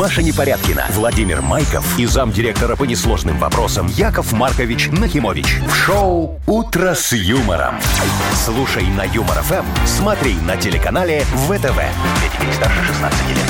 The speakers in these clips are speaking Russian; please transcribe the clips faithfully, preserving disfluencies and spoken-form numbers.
Маша Непорядкина, Владимир Майков и замдиректора по несложным вопросам Яков Маркович Нахимович. В шоу «Утро с юмором». Слушай на Юмор ФМ, смотри на телеканале ВТВ. Для детей старше шестнадцати лет.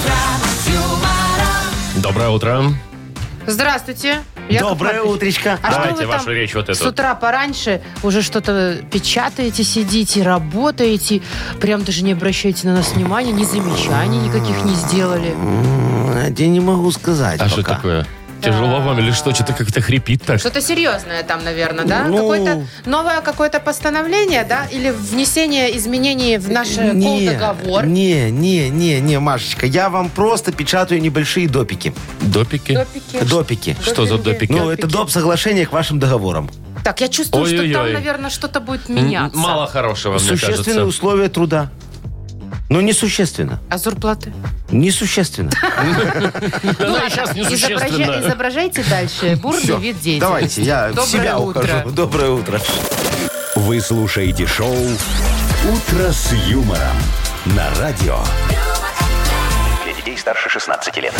Доброе утро. Здравствуйте. Яков Доброе Маркович. утречко. А Давайте что вы вашу там речь вот эту. с утра пораньше уже что-то печатаете, сидите, работаете, прям даже не обращаете на нас внимания, ни замечаний никаких не сделали. М, Я не могу сказать А пока. что такое? Тяжело вам или что? Что-то как-то хрипит так? Что-то серьезное там, наверное, да? Ну. Какое-то новое какое-то постановление, да? Или внесение изменений в наш колл-договор? Не, не, не, не, Машечка, я вам просто печатаю небольшие допики. Допики? Допики. Допики. Что за допики? Ну, это доп. Соглашение к вашим договорам. Так, я чувствую, что Ой-ой-ой. там, наверное, что-то будет М, меняться. Мало хорошего, мне Существенные кажется. условия труда. Но несущественно. А зарплаты? Несущественно. Да, сейчас несущественно. Изобража- Изображайте дальше бурный Всё, вид деятельности. давайте, я в Доброе себя утро. ухожу. Доброе утро. Вы слушаете шоу «Утро с юмором» на радио. Для детей старше шестнадцати лет.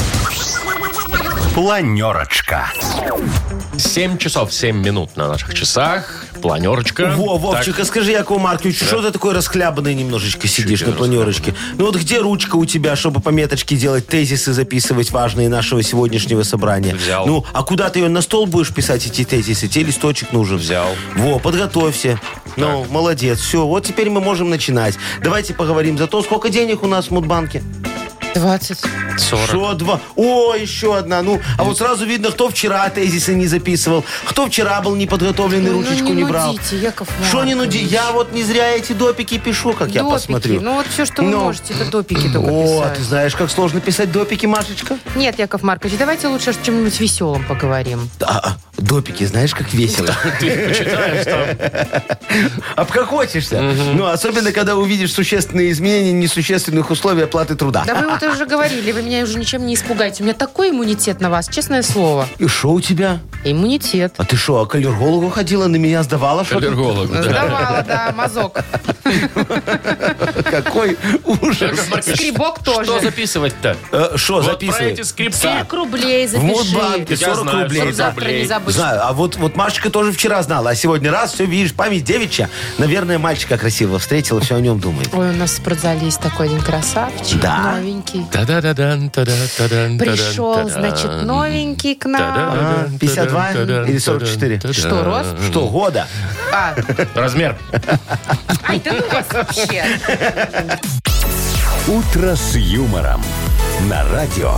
Планерочка. семь часов семь минут на наших часах. Планерочка. Во, Вовчик, Так, а скажи, Якову Марковичу, что ты такой расхлябанный немножечко сидишь я на планерочке? Ну вот где ручка у тебя, чтобы пометочки делать, тезисы записывать важные нашего сегодняшнего собрания? Взял. Ну, а куда ты ее на стол будешь писать, эти тезисы? Тебе листочек нужен. Взял. Во, подготовься. Ну, молодец. Все, вот теперь мы можем начинать. Давайте поговорим за то, сколько денег у нас в Мудбанке. двадцать. сорок. Что, два? О, еще одна. Ну, а вот сразу видно, кто вчера тезисы не записывал, кто вчера был неподготовленный, Ну, ручечку не не брал. нудите, Яков Что не Маркович. нуди? Я вот не зря эти допики пишу, как я Допики. посмотрю. Ну вот все, что вы Ну. можете, это допики только О, писать. ты знаешь, как сложно писать допики, Машечка? Нет, Яков Маркович, давайте лучше о чем-нибудь веселом поговорим. А, а, допики, знаешь, как весело. Ты их почитаешь там. Обхохочешься. Ну, особенно, когда увидишь существенные изменения несущественных условий оплаты труда. Да вы вот уже говорили, вы меня уже ничем не испугаете. У меня такой иммунитет на вас, честное слово. И что у тебя? Иммунитет. А ты что, к аллергологу ходила, на меня сдавала что-то? Аллерголог, да. Сдавала, да, мазок. Какой ужас. Яков Маркович, Скребок тоже. Что записывать-то? Что Вот про записывай? эти скрипки. сорок рублей В запиши. Мудбанке Я сорок знаю, рублей. сорок да. Завтра не забудь. Знаю, а вот, вот Машечка тоже вчера знала, а сегодня раз, все, видишь, память девичья. Наверное, мальчика красивого встретила, все о нем думает. Ой, у нас в спортзале есть такой один красавчик, Да. новенький. Та-да-да-дан, та-да-та-дан, Пришел, та-дан, значит, та-дан. новенький к нам. А, пятьдесят два Та-дан, или сорок четыре? та-дан, Что, та-дан. рост? Что, года? А, Размер. ай, да ну вас вообще. «Утро с юмором» на радио.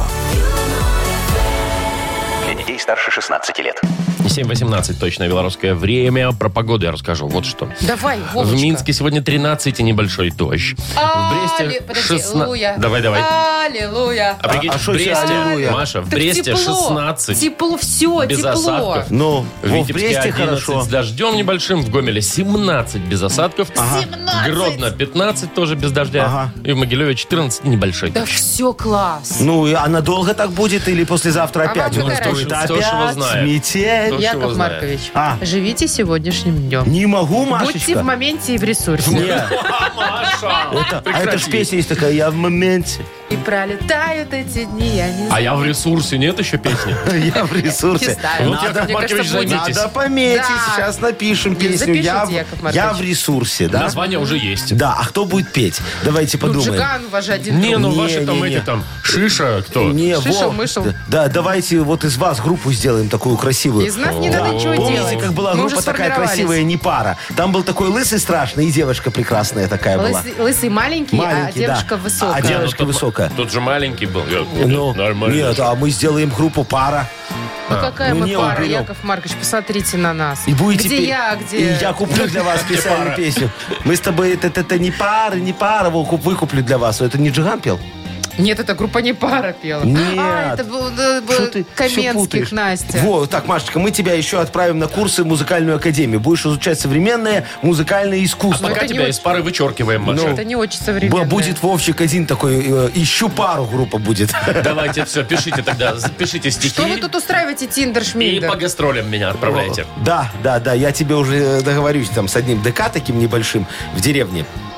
Для детей старше шестнадцати лет. семь восемнадцать точное белорусское время. Про погоду я расскажу. Вот что. Давай, Вовочка. В Минске сегодня тринадцать и небольшой дождь. В Бресте Али- Подожди, шестнадцать. аллилуйя. Давай, давай. Аллилуйя. А прикинь, а в шо тебе Бресте, аллилуйя? Маша, в Так Бресте тепло. шестнадцать. Тепло, все, Без тепло. осадков. Ну, В во, в Витебске Бресте одиннадцать хорошо. с дождем небольшим, в Гомеле семнадцать без осадков, семнадцать. Гродно пятнадцать тоже без дождя, Ага. и в Могилеве четырнадцать небольшой Да дождь. все класс. Ну, и а надолго так будет или послезавтра А опять? вам У нас какая будет разница? Кто ж его опять знает? метель. Кто ж его Яков знает? Маркович, А. живите сегодняшним днем. Не могу, Будьте Машечка. в моменте и в ресурсе. Не, Маша! это, а это ж песня есть такая, я в моменте. И пролетают эти дни, я не А знаю. я в ресурсе, нет еще песни? Я в ресурсе. Не знаю. Вот, Яков Мне Маркович, кажется, будет. займитесь. Надо пометить, Да. сейчас напишем песню. запишите, Я, в- Яков Маркович. я в ресурсе, да? Название уже есть. Да, а кто будет петь? Давайте Ну, подумаем. Джиган, у вас же один Не, друг. ну Не, ваши там не, не. эти там, Шиша, кто? Не, Шишел, во. мышел. Да, да, давайте вот из вас группу сделаем такую красивую. Из нас не надо ничего Помните, делать. как была Мы группа уже такая сформировались. красивая, не пара? Там был такой лысый страшный и девушка прекрасная такая была. Лысый, лысый маленький, а Маленький, девушка да. высокая. А Не, ну девушка тут- высокая. Тут же маленький был. Я- Ну, Нормально. нет, а мы сделаем группу пара. Ну какая ну, мы не пара, уберем. Яков Маркович, посмотрите на нас. И будете Где петь. я, где... И я куплю для вас специальную песню. Мы с тобой, это, это, это не пара, не пара, вот куп- выкуплю для вас. Это не Джиган пел? Нет, это группа не пара пела. Нет. А, это был, э, был Что ты всё Каменских, путаешь? Настя. Вот, так, Машечка, мы тебя еще отправим на курсы в музыкальную академию. Будешь изучать современное музыкальное искусство. Пока это тебя не из пары вычеркиваем, Маша. Это не очень современно. Б- Будет Вовчик один такой, э, ищу пару группа будет. Давайте все, пишите тогда, пишите стихи. Что вы тут устраиваете, И Тиндер-шминдер? по гастролям меня отправляйте. Да, да, да, я тебе уже договорюсь там с одним ДК таким небольшим в деревне.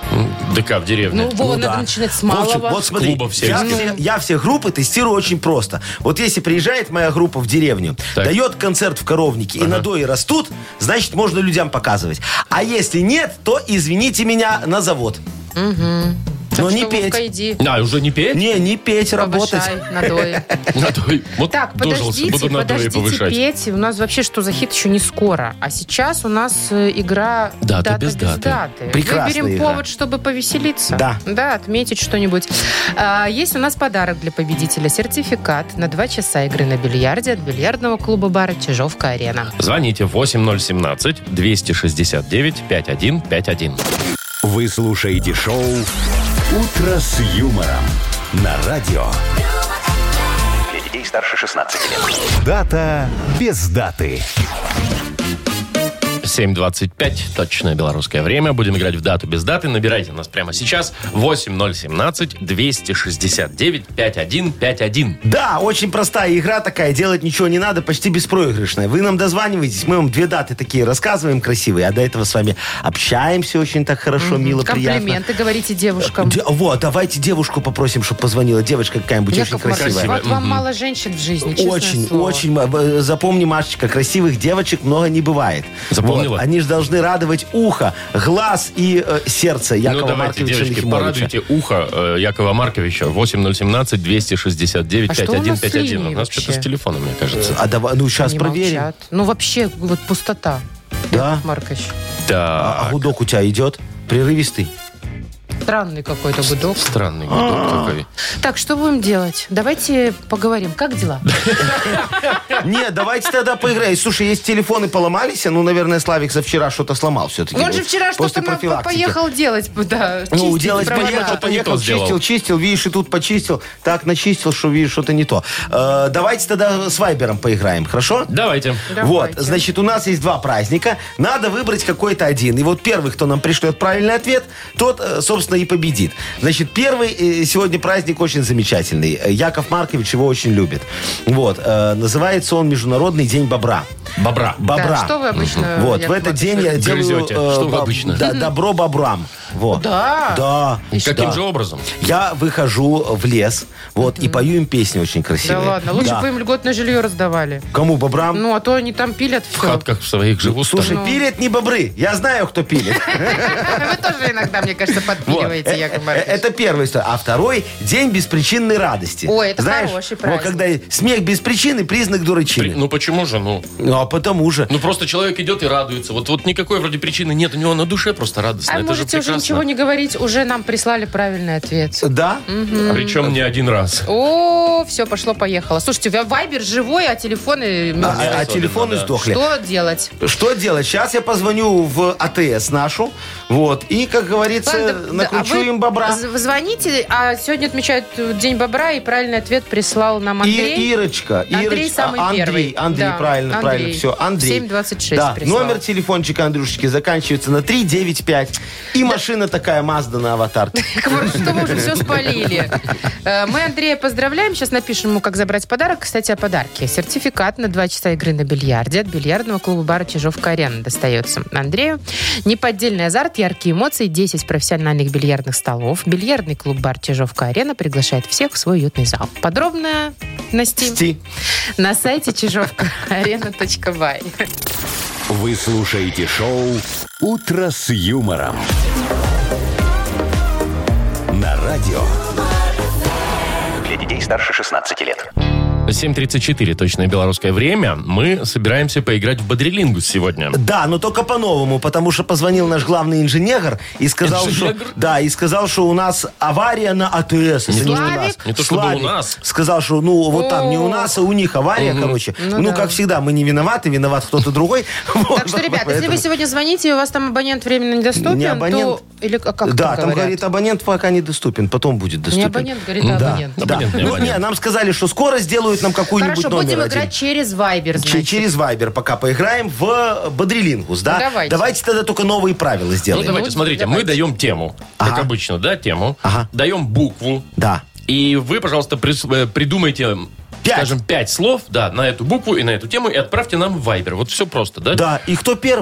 ДК в деревне. Ну, Вова, Ну надо да. начинать с Вовчик, малого. вот смотри, клубов всех. я, Ну. все, я все группы тестирую очень просто. Вот если приезжает моя группа в деревню, Так. дает концерт в коровнике, и надои растут, значит, можно людям показывать. А если нет, то, извините меня, на завод. Так Но что, не петь. Вовка, иди, А, уже не петь? Не, не петь, работать. повышай надои. Надой. Вот Так, дожился, подождите, буду надои подождите повышать. петь. У нас вообще что за хит еще не скоро. А сейчас у нас э, игра Дата без даты. Прекрасная Выберем игра. повод, чтобы повеселиться. Да. Да, отметить что-нибудь. А, есть у нас подарок для победителя. Сертификат на два часа игры на бильярде от бильярдного клуба-бара «Чижовка-арена». Звоните восемь ноль семнадцать двести шестьдесят девять пятьдесят один пятьдесят один. Вы слушаете шоу «Утро с юмором» на радио. Для детей старше шестнадцати лет. Дата без даты. семь двадцать пять, точное белорусское время. Будем играть в дату без даты. Набирайте нас прямо сейчас. восемь ноль семнадцать двести шестьдесят девять пятьдесят один пятьдесят один. Да, очень простая игра такая, делать ничего не надо, почти беспроигрышная. Вы нам дозваниваетесь, мы вам две даты такие рассказываем красивые, а до этого с вами общаемся очень так хорошо, мило, приятно. Комплименты говорите девушкам. Де- вот, давайте девушку попросим, чтобы позвонила. Девочка какая-нибудь очень Яков Маркович, красивая. вот вам мало женщин в жизни, честное Очень, слово. очень. э, Запомни, Машечка, красивых девочек много не бывает. Запомнила? Вот, они же должны радовать ухо, глаз и э, сердце Якова Ну давайте, Марковича девочки, Нахимовича. порадуйте ухо э, Якова Марковича. восемь ноль семнадцать двести шестьдесят девять А что пятьдесят у один нас с пятьдесят один. линией У нас вообще? что-то с телефоном, мне кажется. А давай, ну сейчас Они проверим. молчат. Ну вообще, вот пустота. Да? Яков Маркович. А, а гудок у тебя идет? Прерывистый? Странный какой-то гудок. Странный гудок такой. Так, что будем делать? Давайте поговорим. Как дела? Нет, давайте тогда поиграем. Слушай, если телефоны поломались, ну, наверное, Славик со вчера что-то сломал все-таки. Он же вчера что-то После на- профилактики. поехал делать. Да, Ну, чистить делать провода. поехал, что-то не поехал, то сделал. чистил, чистил, видишь, и тут почистил. Так, начистил, что видишь, что-то не то. Э, давайте тогда с Вайбером поиграем, хорошо? Давайте. Вот, Давайте. значит, у нас есть два праздника. Надо выбрать какой-то один. И вот первый, кто нам пришлет правильный ответ, тот, э, собственно, и победит. Значит, первый э, сегодня праздник очень замечательный. Э, Яков Маркович его очень любит. Вот, э, называется он Международный день бобра. Бобра. Бобра. Да, что вы обычно, Вот, в Яков этот Маркович, день я делаю... Грызете? Что вы бо- обычно? да, добро бобрам. Вот. Да? Да. Каким да. же образом? Я выхожу в лес, вот, и пою им песни очень Да красивые. ладно, лучше Да. бы им льготное жилье раздавали. Кому, бобрам? Ну, а то они там пилят В все. хатках своих живут. Слушай, там. пилят не бобры. Я знаю, кто пилит. Вы тоже иногда, мне кажется, Вот. подпиливаете, Э, Яков э, Маркович. Это первая история. А второй — день беспричинной радости. Ой, это Знаешь, хороший вот праздник. когда смех без причины — признак При- дурачины. Ну почему же? Ну, Ну, а потому же. ну просто человек идет и радуется. Вот, вот никакой вроде причины нет. У него на душе просто радостно. А Это можете же уже прекрасно. ничего не говорить, уже нам прислали правильный ответ. Да? Причем не один раз. О, все, пошло-поехало. Слушайте, Вайбер живой, а телефоны... А, мертвые. а- а телефоны да. сдохли. Что делать? Что делать? Сейчас я позвоню в АТС нашу, вот, и, как говорится, Ладно, да, накручу а вы им бобра. з- Вы звоните, а сегодня отмечают День бобра, и правильный ответ прислал нам И Андрей. Ирочка. Андрей Ирочка, самый Андрей, первый. Андрей, Да, правильно, Андрей. правильно, все, Андрей. семь двадцать шесть Да, прислал. номер телефончика Андрюшечки заканчивается на три девять пять. И машина такая Мазда на аватарке. Что мы уже все спалили. Э, Мы Андрея поздравляем. Сейчас напишем ему, как забрать подарок. Кстати, о подарке. Сертификат на два часа игры на бильярде от бильярдного клуба бара «Чижовка-арена» достается Андрею. Неподдельный азарт, яркие эмоции, десять профессиональных бильярдных столов. Бильярдный клуб бар «Чижовка-арена» приглашает всех в свой уютный зал. Подробно на Steam. Сти. На сайте чижовка арена точка бай. Вы слушаете шоу «Утро с юмором» на радио. Для детей старше шестнадцати лет. семь тридцать четыре, точное белорусское время. Мы собираемся поиграть в Бодрилингус сегодня. Да, но только по-новому, потому что позвонил наш главный инженер и сказал, Инженер? что да, и сказал, что у нас авария на АТС. Не это то, у что- нас. не то, чтобы Славик у нас. Сказал, что ну вот там не у нас, а у них авария, короче. Ну Ну, да. как всегда, мы не виноваты, виноват кто-то другой. Вот, Так что, ребят, если поэтому- вы сегодня звоните, и у вас там абонент временно недоступен, Не абонент. то... Или как как Да, там говорят? говорит, абонент пока недоступен, потом будет доступен. Не абонент, говорит, а Да, абонент. да. Абонент, не Ну, абонент. не, нам сказали, что скоро сделают нам какую-нибудь Хорошо, номер будем один. играть через Viber, Ч- значит. Через Viber пока поиграем в Бодрилингус, да? Давайте. тогда только новые правила Ну, сделаем. давайте, Ну, смотрите, давайте. мы даем тему. Как Ага. обычно, да, тему. Ага. Даем букву. Да. И вы, пожалуйста, прис- э, придумайте, Пять. скажем, пять слов, да, на эту букву и на эту тему, и отправьте нам в Viber. Вот все просто, да? Да, и кто первый?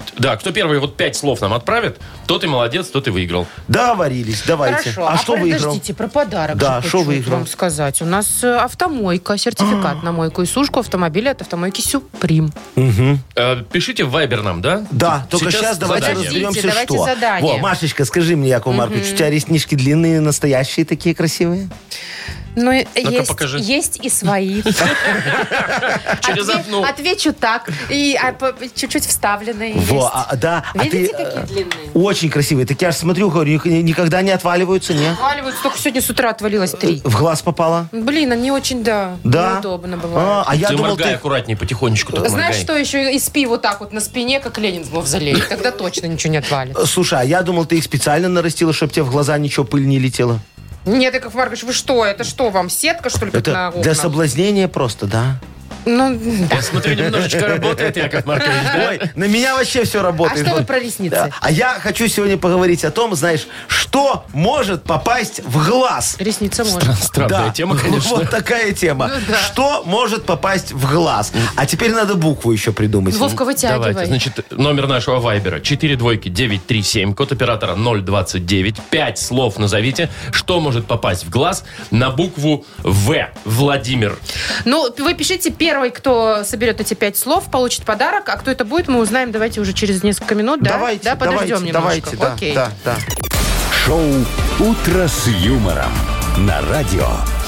Да, кто первый вот пять слов нам отправит, тот и молодец, тот и выиграл. Договорились, давайте. Хорошо. А, что выиграл? Подождите, про подарок Да, же что хочу выиграл? вам сказать. У нас э, автомойка, сертификат на мойку и сушку автомобиля от автомойки «Сюприм». Э, пишите в Viber нам, да? Да, только сейчас давайте задание. разберемся, Давайте что. задание. Во, Машечка, скажи мне, Яков Маркович, у тебя реснички длинные, настоящие такие красивые? Ну, есть, покажи. есть и свои. Через Отве- окно. Отвечу так. И а, по- чуть-чуть вставленные Во, есть. а, да. А Видите, ты, какие э, длинные? Очень красивые. Так я же смотрю, говорю, ни- никогда не отваливаются, не? Отваливаются, только сегодня с утра отвалилось три. В глаз попало? Блин, они очень, да, Да? неудобно бывает. А, а я Ты думал, моргай ты... аккуратнее, потихонечку так Знаешь, моргай. что еще и спи вот так вот на спине, как Ленин в мавзолее. Тогда точно ничего не отвалится. Слушай, а я думал, ты их специально нарастила, чтобы тебе в глаза ничего пыль не летела. Нет, Яков Маркович, вы что? Это что, вам сетка, что ли, как на Это окнах? для соблазнения просто, да? Ну, да. Я смотрю, немножечко работает, Яков Маркович, да? Ой, на меня вообще все А работает. что вы Вот. про ресницы? Да. А я хочу сегодня поговорить о том, знаешь, что может попасть в глаз. Ресница может. Странная Да. тема, конечно. Вот такая тема. Ну да. Что может попасть в глаз? А теперь надо букву еще придумать. Вовка, вытягивай. Давайте, значит, номер нашего вайбера четыре двойки девять три семь, код оператора ноль двадцать девять. Пять слов назовите, что может попасть в глаз на букву В. Владимир. Ну, вы пишите, первый, кто соберет эти пять слов, получит подарок. А кто это будет, мы узнаем, давайте уже через несколько минут, да? Давайте, да, подождем давайте, немножко. давайте, да, Окей. да, да. Шоу «Утро с юмором» на радио.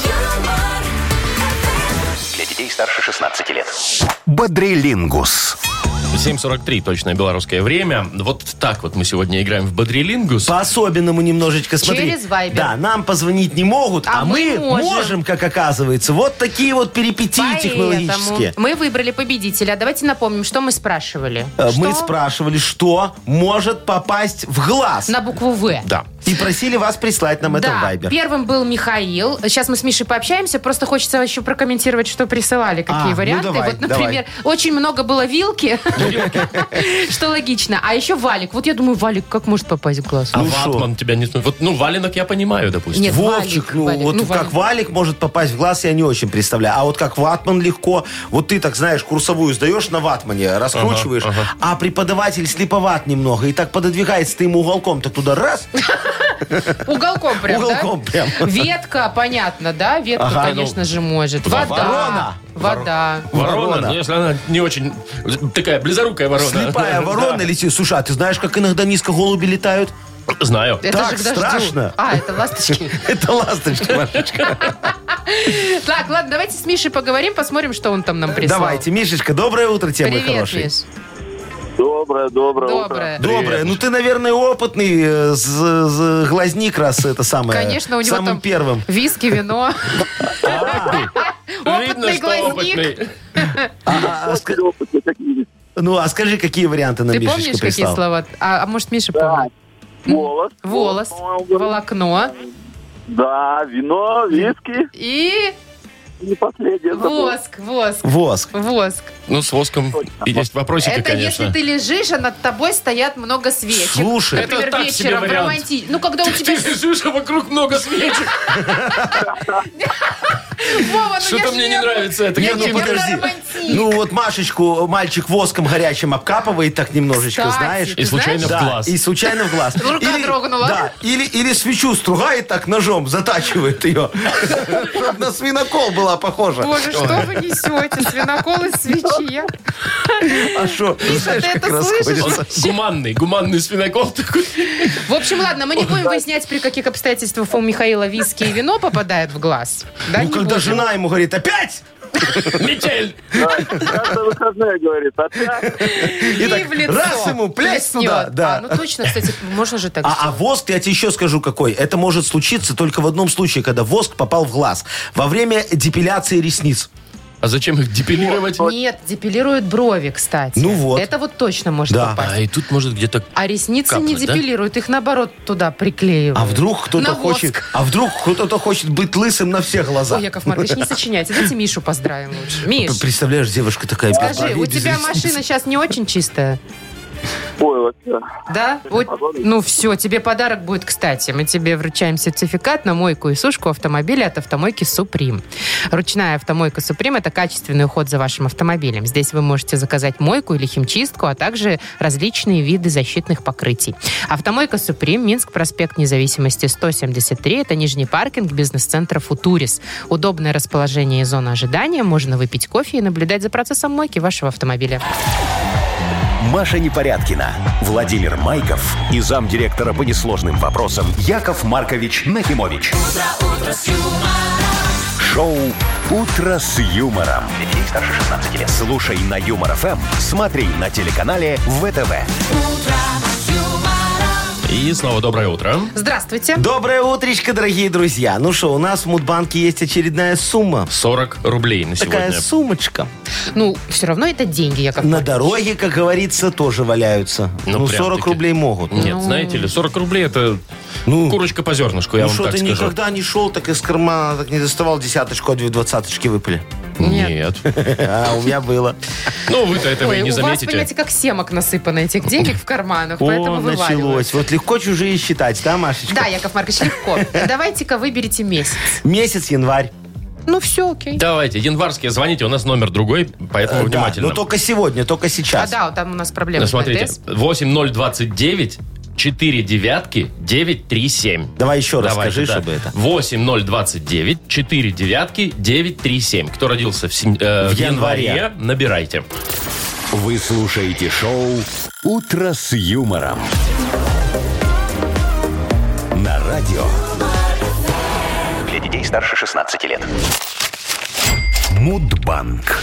Для детей старше шестнадцати лет. Бодрилингус. семь сорок три, точное белорусское время. Вот так вот мы сегодня играем в Бодрилингус. По-особенному немножечко, смотри. Через Viber. Да, нам позвонить не могут, а, А мы мы можем. можем, как оказывается. Вот такие вот перипетии Поэтому технологические. мы выбрали победителя. Давайте напомним, что мы спрашивали. Э, Мы Что? спрашивали, что может попасть в глаз. На букву В. Да. И просили вас прислать нам это в Да, Viber. первым был Михаил. Сейчас мы с Мишей пообщаемся. Просто хочется еще прокомментировать, что присылали, какие А, ну варианты. давай, вот, например, очень много было вилки, что логично. А еще валик. Вот я думаю, валик как может попасть в глаз? А Ну шо? ватман тебя не... Вот, ну, валенок я понимаю, допустим. Нет, Вовчик, валик, ну валик, вот ну, как валик. валик может попасть в глаз, я не очень представляю. А вот как ватман легко. Вот ты так, знаешь, курсовую сдаешь на ватмане, раскручиваешь, Ага, ага. а преподаватель слеповат немного, и так пододвигается ты ему уголком, так туда раз, Уголком прям, уголком да? прям. Ветка, понятно, да? Ветка, Ага, конечно же, может. Ворона. Вода. Вода. Ворона, Ворона. ну, если она не очень... Такая близорукая ворона. Слепая ворона летит. Слушай, а ты знаешь, как иногда низко голуби летают? Знаю. Это Так же к дождю. страшно. А, это ласточки. Это ласточки, Машечка. Так, ладно, давайте с Мишей поговорим, посмотрим, что он там нам прислал. Давайте, Мишечка, доброе утро тебе, мой Привет, хороший. Миш. Доброе, доброе утро. Доброе. Доброе. Ну ты, наверное, опытный э, з- з- глазник, раз это самое. Конечно, у него самым там первым. виски, вино. Видно, Опытный что глазник. опытный. А, а, ска- Опыты такие. Ну, а скажи, какие варианты нам Ты Мишечка помнишь, какие прислал? слова? А, а может, Миша Да. помнит? Волос. Волос, по-моему, говорит. волокно Да, вино, виски. и И последнее забыл. воск, воск, Воск. воск. Ну, с воском и есть вопросики, Это конечно. если ты лежишь, а над тобой стоят много свечек. Слушай. Это Например, так себе вечером в вариант. романти- Ну, когда у Ты тебя... лежишь, а вокруг много свечек. Вова, ну Что-то я ж мне не не- нравится это. Не, Я ну не- картинка. это подожди. романтик. Ну вот Машечку мальчик воском горячим обкапывает так немножечко, Кстати, знаешь. ты И случайно знаешь? в глаз. И случайно в глаз. Рука дрогнула. Да, или, или свечу стругает так ножом, затачивает ее. Чтобы на свинокол была похожа. Боже, что вы несете? Свинокол из свечи. Я- А что? Знаешь, ты как это слышишь? расходятся. Гуманный, гуманный свинокол такой. В общем, ладно, мы не будем выяснять, при каких обстоятельствах у Михаила виски и вино попадает в глаз. Да, Ну, не когда будем. жена ему говорит, опять? Метель. Да, каждое выходное, говорит, опять. И так в лицо. раз ему, плясь Плеснет. туда, да. А, ну точно, кстати, можно же так А, а сделать. воск, я тебе еще скажу какой. Это может случиться только в одном случае, когда воск попал в глаз. Во время депиляции ресниц. А зачем их депилировать? Нет, депилируют брови, кстати. Ну вот. Это вот точно может Да. попасть. А и тут может где-то... А ресницы не Капнуть, да? депилируют, их наоборот туда приклеивают. А вдруг кто-то На воск. хочет... А вдруг кто-то хочет быть лысым на все глаза? Ой, Яков Маркович, не сочиняйте. Давайте Мишу поздравим лучше. Миш, Представляешь, девушка такая без скажи, бровей, у без тебя ресниц. машина сейчас не очень чистая? Ой, вообще. Да? Вот, Пожалуйста. ну все, тебе подарок будет, кстати. Мы тебе вручаем сертификат на мойку и сушку автомобиля от автомойки «Суприм». Ручная автомойка «Суприм» — это качественный уход за вашим автомобилем. Здесь вы можете заказать мойку или химчистку, а также различные виды защитных покрытий. Автомойка «Суприм», Минск, проспект Независимости, сто семьдесят три. Это нижний паркинг бизнес-центра «Футурис». Удобное расположение и зона ожидания. Можно выпить кофе и наблюдать за процессом мойки вашего автомобиля. Маша Непорядкина, Владимир Майков и замдиректора по несложным вопросам Яков Маркович Нахимович. Шоу «Утро с юмором». Для детей старше шестнадцати лет. Слушай на Юмор ФМ, смотри на телеканале ВТВ. И снова доброе утро. Здравствуйте. Доброе утречко, дорогие друзья. Ну что, у нас в Мудбанке есть очередная сумма. сорок рублей на Такая сегодня. сумочка. Ну, все равно это деньги, Яков На Маркович. дороге, как говорится, тоже валяются. Ну, Ну, прям сорок таки. рублей могут. Нет, знаете ли, сорок рублей это Ну, курочка по зернышку, я ну вам что, так ты скажу. никогда не шел, так из кармана так не доставал десяточку, а две двадцаточки выпали. Нет. А, у меня было. Ну, вы-то этого Ой, и не у вас, заметите. понимаете, как семок насыпано этих денег в карманах, поэтому О, вываливают. началось. Вот легко чужие считать, да, Машечка? Да, Яков Маркович, легко. Давайте-ка выберите месяц. Месяц январь. Ну все, окей. Давайте, январские, звоните, у нас номер другой, поэтому Да, внимательно. но только сегодня, только А сейчас. да, там у нас проблемы Ну, с смотрите, БТС. восемь ноль двадцать девять четыре девятки девять три семь. Давай еще раз Давайте, скажи, да. чтобы это. восемь ноль двадцать девять четыре девятки девять три семь. Кто родился в, сем- э, в В январе. январе, набирайте. Вы слушаете шоу «Утро с юмором». На радио. Для детей старше шестнадцати лет. Мудбанк.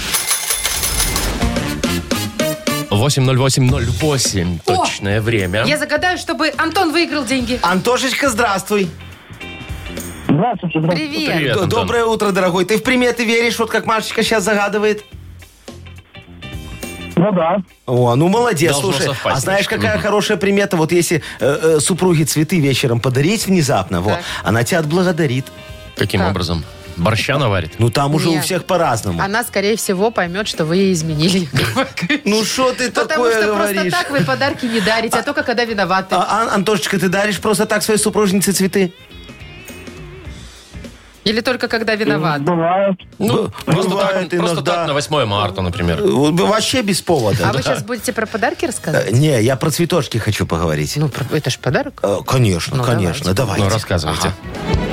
восемь ноль восемь ноль восемь. Точное время. Я загадаю, чтобы Антон выиграл деньги. Антошечка, здравствуй. Здравствуйте, здравствуйте. Привет. Привет, Д- Антон. Доброе утро, дорогой. Ты в приметы веришь, вот как Машечка сейчас загадывает? Ну да. О, ну молодец, Должно слушай. совпасть, А знаешь, значит. какая Мгм. хорошая примета? Вот если э, э, супруге цветы вечером подарить внезапно, вот, Так. она тебя отблагодарит. Каким Так. образом? Борща наварит? Ну там уже Нет. у всех по-разному. Она, скорее всего, поймет, что вы ей изменили, Яков Маркович. Ну что ты Потому такое что говоришь? просто так вы подарки не дарите, а только когда виноваты. А, Ан- Антошечка, ты даришь просто так своей супружнице цветы? Или только когда виноват. Бывает. Ну, Б- просто, бывает так, просто иногда. так на восьмое марта, например. Э, вот Вообще без повода. А вы сейчас будете про подарки Э, рассказывать? Не, я про цветочки хочу поговорить. Ну, про- это ж подарок. Э, Конечно, Ну, конечно, давайте. Ну, рассказывайте. Ага.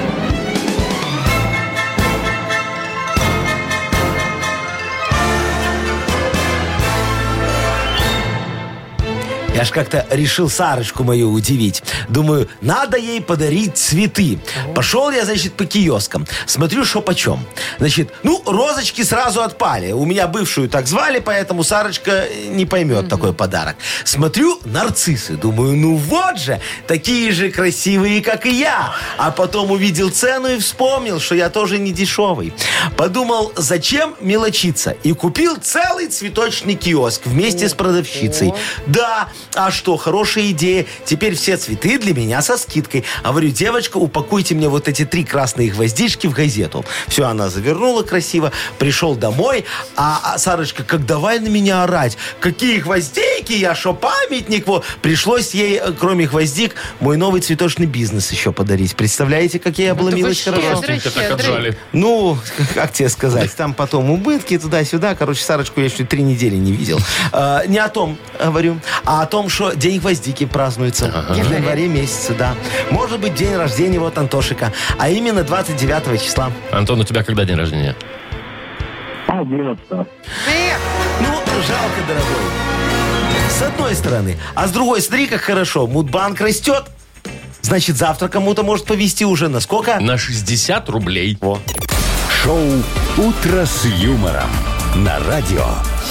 Я ж как-то решил Сарочку мою удивить. Думаю, надо ей подарить цветы. Пошел я, значит, по киоскам. Смотрю, что почем. Значит, ну, розочки сразу отпали. У меня бывшую так звали, поэтому Сарочка не поймет такой подарок. Смотрю, нарциссы. Думаю, ну вот же, такие же красивые, как и я. А потом увидел цену и вспомнил, что я тоже не дешевый. Подумал, зачем мелочиться? И купил целый цветочный киоск вместе с продавщицей. Да, а что, хорошая идея. Теперь все цветы для меня со скидкой. А говорю, девочка, упакуйте мне вот эти три красные гвоздички в газету. Все, она завернула красиво. Пришел домой, а, а Сарочка, как давай на меня орать. Какие гвоздики, я шо, памятник? Во. Пришлось ей, э, кроме гвоздик, мой новый цветочный бизнес еще подарить. Представляете, как я обломилась Да вы хорошо? щедрый, Быстренько так щедрый. отжали. Ну, как тебе сказать, там потом убытки туда-сюда. Короче, Сарочку я еще три недели не видел. А, не о том говорю, а о том, что день гвоздики празднуется в январе месяце, да. Может быть, день рождения вот Антошика, а именно двадцать девятого числа. Антон, у тебя когда день рождения? одиннадцатого. Эх, Ну, жалко, дорогой. С одной стороны. А с другой, смотри, как хорошо. Мудбанк растет. Значит, завтра кому-то может повезти уже на сколько? На шестьдесят рублей. Во. Шоу «Утро с юмором». На радио.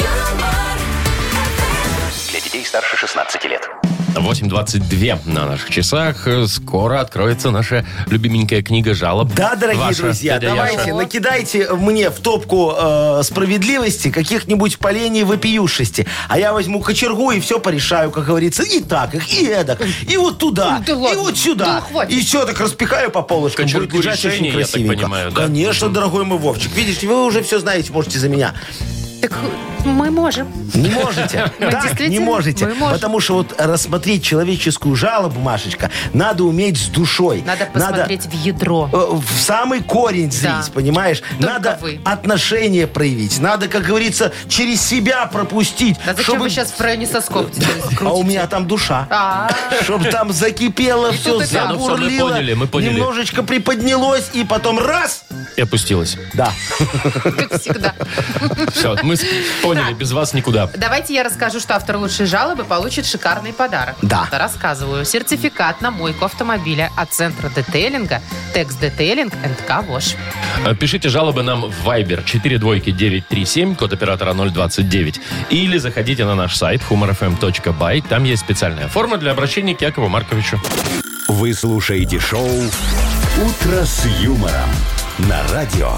Для детей старше шестнадцати лет. восемь двадцать два на наших часах. Скоро откроется наша любименькая книга жалоб. Да, дорогие Ваша, друзья, дядя давайте, Яша. накидайте мне в топку э, справедливости каких-нибудь полений вопиюшести. А я возьму кочергу и все порешаю, как говорится, и так их, и эдак, и вот туда, Да и ладно, вот сюда. да хватит. И все так распихаю по полочкам. Кочергу Будет лежать решения, очень я так красивенько. понимаю, да? Конечно, дорогой мой Вовчик. Видишь, вы уже все знаете, можете за меня. Так мы можем. Не можете. Мы Так, не действительно- можете. мы можем. Потому что вот рассмотреть человеческую жалобу, Машечка, надо уметь с душой. Надо посмотреть в ядро. э, в самый корень зрить, Да. понимаешь? Только Надо вы. отношения проявить. Надо, как говорится, через себя пропустить. Да зачем чтобы- вы сейчас в районе сосков крутите? А у меня там душа. А, Чтобы там закипело все, тут и там. Ну всё, мы забурлило, поняли, мы поняли. немножечко приподнялось, и потом раз. И опустилась. Да. как всегда. Все, мы с- поняли, без вас никуда. Давайте я расскажу, что автор лучшей жалобы получит шикарный подарок. Да. Это рассказываю. Сертификат на мойку автомобиля от центра детейлинга Текс Детейлинг энд Car Wash. Э, Пишите жалобы нам в Viber четыре двойки девять три семь, код оператора ноль двадцать девять. Или заходите на наш сайт humor эф эм точка бай. Там есть специальная форма для обращения к Якову Марковичу. Вы слушаете шоу «Утро с юмором» на радио.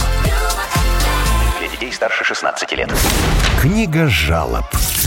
Для детей старше шестнадцати лет. Книга жалоб.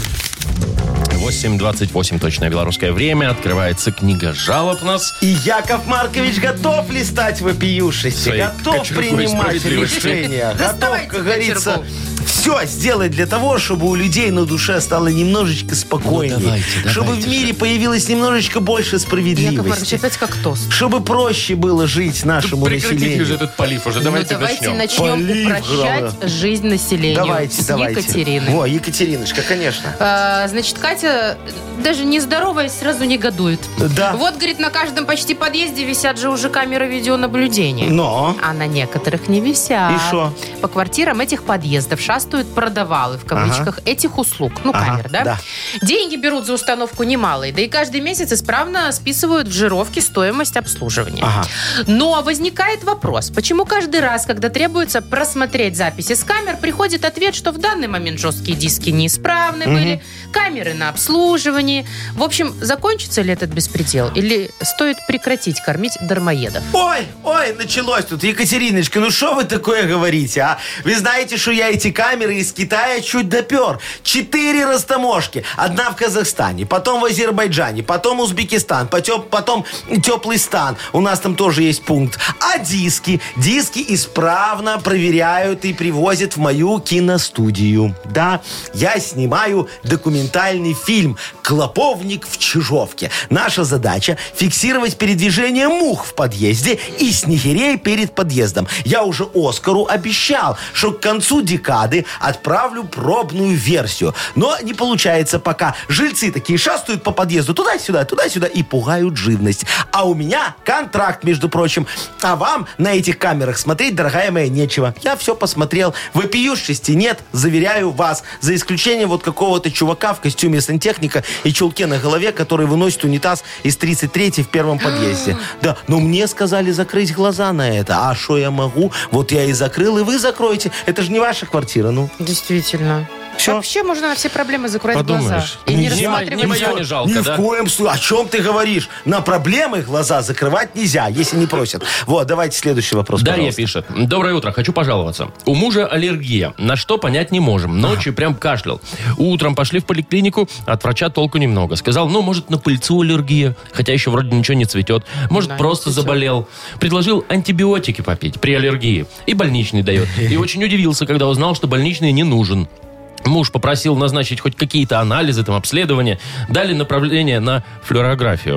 восемь двадцать восемь точное белорусское время. Открывается книга жалоб у нас. И Яков Маркович готов листать вопиюшести, Своей готов кочергой принимать справедливости. решения, готов, Доставайте как говорится, кочергу. все сделать для того, чтобы у людей на душе стало немножечко спокойнее, Ну, давайте, чтобы давайте в мире же. появилось немножечко больше Яков Маркович, справедливости, опять как тост. чтобы проще было жить нашему Прекратите населению. уже этот полив уже. Давайте ну, давайте начнем. начнем Полив, упрощать главное. жизнь населению. Давайте, с давайте. Екатерины. Во, Екатериночка, конечно. А, значит, Катя, даже не здороваясь, сразу негодует. Да. Вот, говорит, на каждом почти подъезде висят же уже камеры видеонаблюдения. Но. А на некоторых не висят. И шо? По квартирам этих подъездов шастают продавалы, в кавычках, этих услуг. Ну, Ага, камер, да? да. Деньги берут за установку немалые. Да и каждый месяц исправно списывают в жировке стоимость обслуживания. Ага. Но возникает вопрос, почему каждый раз, когда требуется просмотреть записи с камер, приходит ответ, что в данный момент жесткие диски неисправны были, камеры на обслуживании. В общем, закончится ли этот беспредел? Или стоит прекратить кормить дармоедов? Ой, ой, началось тут. Екатериночка, ну что вы такое говорите, а? Вы знаете, что я эти камеры из Китая чуть допер. Четыре растаможки. Одна в Казахстане, потом в Азербайджане, потом Узбекистан, потом, потом теплый стан. У нас там тоже есть пункт. А диски? Диски исправно проверяют и привозят в мою киностудию. Да, я снимаю документальный фильм «Клоповник в Чижовке». Наша задача – фиксировать передвижение мух в подъезде и снегирей перед подъездом. Я уже Оскару обещал, что к концу декады отправлю пробную версию. Но не получается пока. Жильцы такие шастают по подъезду туда-сюда, туда-сюда и пугают живность. А у меня контракт, между прочим. А вам на этих камерах смотреть, дорогая моя, нечего. Я все посмотрел. Вопиющести нет, заверяю вас. За исключением вот какого-то чувака в костюме сантехника и чулке на голове, который выносит унитаз из тридцать третьей в первом подъезде. Да, но мне сказали закрыть глаза на это. А что я могу? Вот я и закрыл, и вы закроете. Это же не ваша квартира, ну. Действительно. Всё. Вообще можно на все проблемы закрыть Подумаешь. глаза. И не Не мо- рассматривать. не моя, не жалко, Ни да? в коем случае. О чем ты говоришь? На проблемы глаза закрывать нельзя, если не просят. Вот, давайте следующий вопрос, Дарья пожалуйста. пишет. Доброе утро, хочу пожаловаться. У мужа аллергия. На что понять не можем. Ночью прям кашлял. Утром пошли в поликлинику, от врача толку немного. Сказал, ну, может, на пыльцу аллергия. Хотя еще вроде ничего не цветет. Может, Да, не просто цветет. заболел. Предложил антибиотики попить при аллергии. И больничный дает. И очень удивился, когда узнал, что больничный не нужен. Муж попросил назначить хоть какие-то анализы, там, обследования. Дали направление на флюорографию.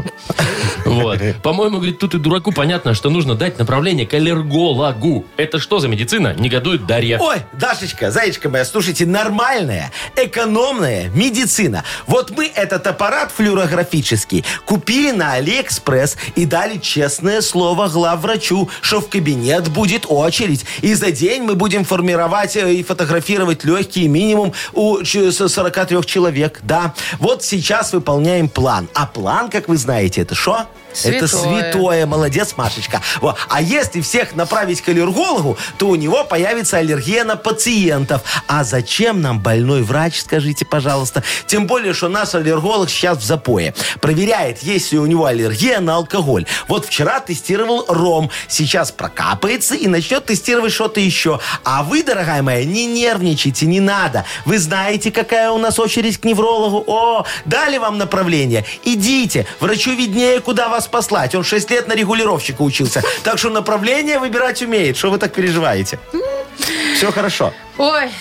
Вот. По-моему, говорит, тут и дураку понятно, что нужно дать направление к аллергологу. Это что за медицина? Негодует Дарья. Ой, Дашечка, зайчка моя, слушайте, нормальная, экономная медицина. Вот мы этот аппарат флюорографический купили на Алиэкспресс и дали честное слово главврачу, что в кабинет будет очередь. И за день мы будем формировать э, и фотографировать легкие минимум у ч- с сорока трёх человек. Да, вот сейчас выполняем план. А план, как вы знаете, это что? Это Святое. святое. Молодец, Машечка. Во. А если всех направить к аллергологу, то у него появится аллергия на пациентов. А зачем нам больной врач, скажите, пожалуйста? Тем более, что наш аллерголог сейчас в запое. Проверяет, есть ли у него аллергия на алкоголь. Вот вчера тестировал ром. Сейчас прокапается и начнет тестировать что-то еще. А вы, дорогая моя, не нервничайте, не надо. Вы знаете, какая у нас очередь к неврологу? О, дали вам направление. Идите. Врачу виднее, куда вас послать. Он шесть лет на регулировщика учился. Так что направление выбирать умеет. Что вы так переживаете? Все хорошо. Ой,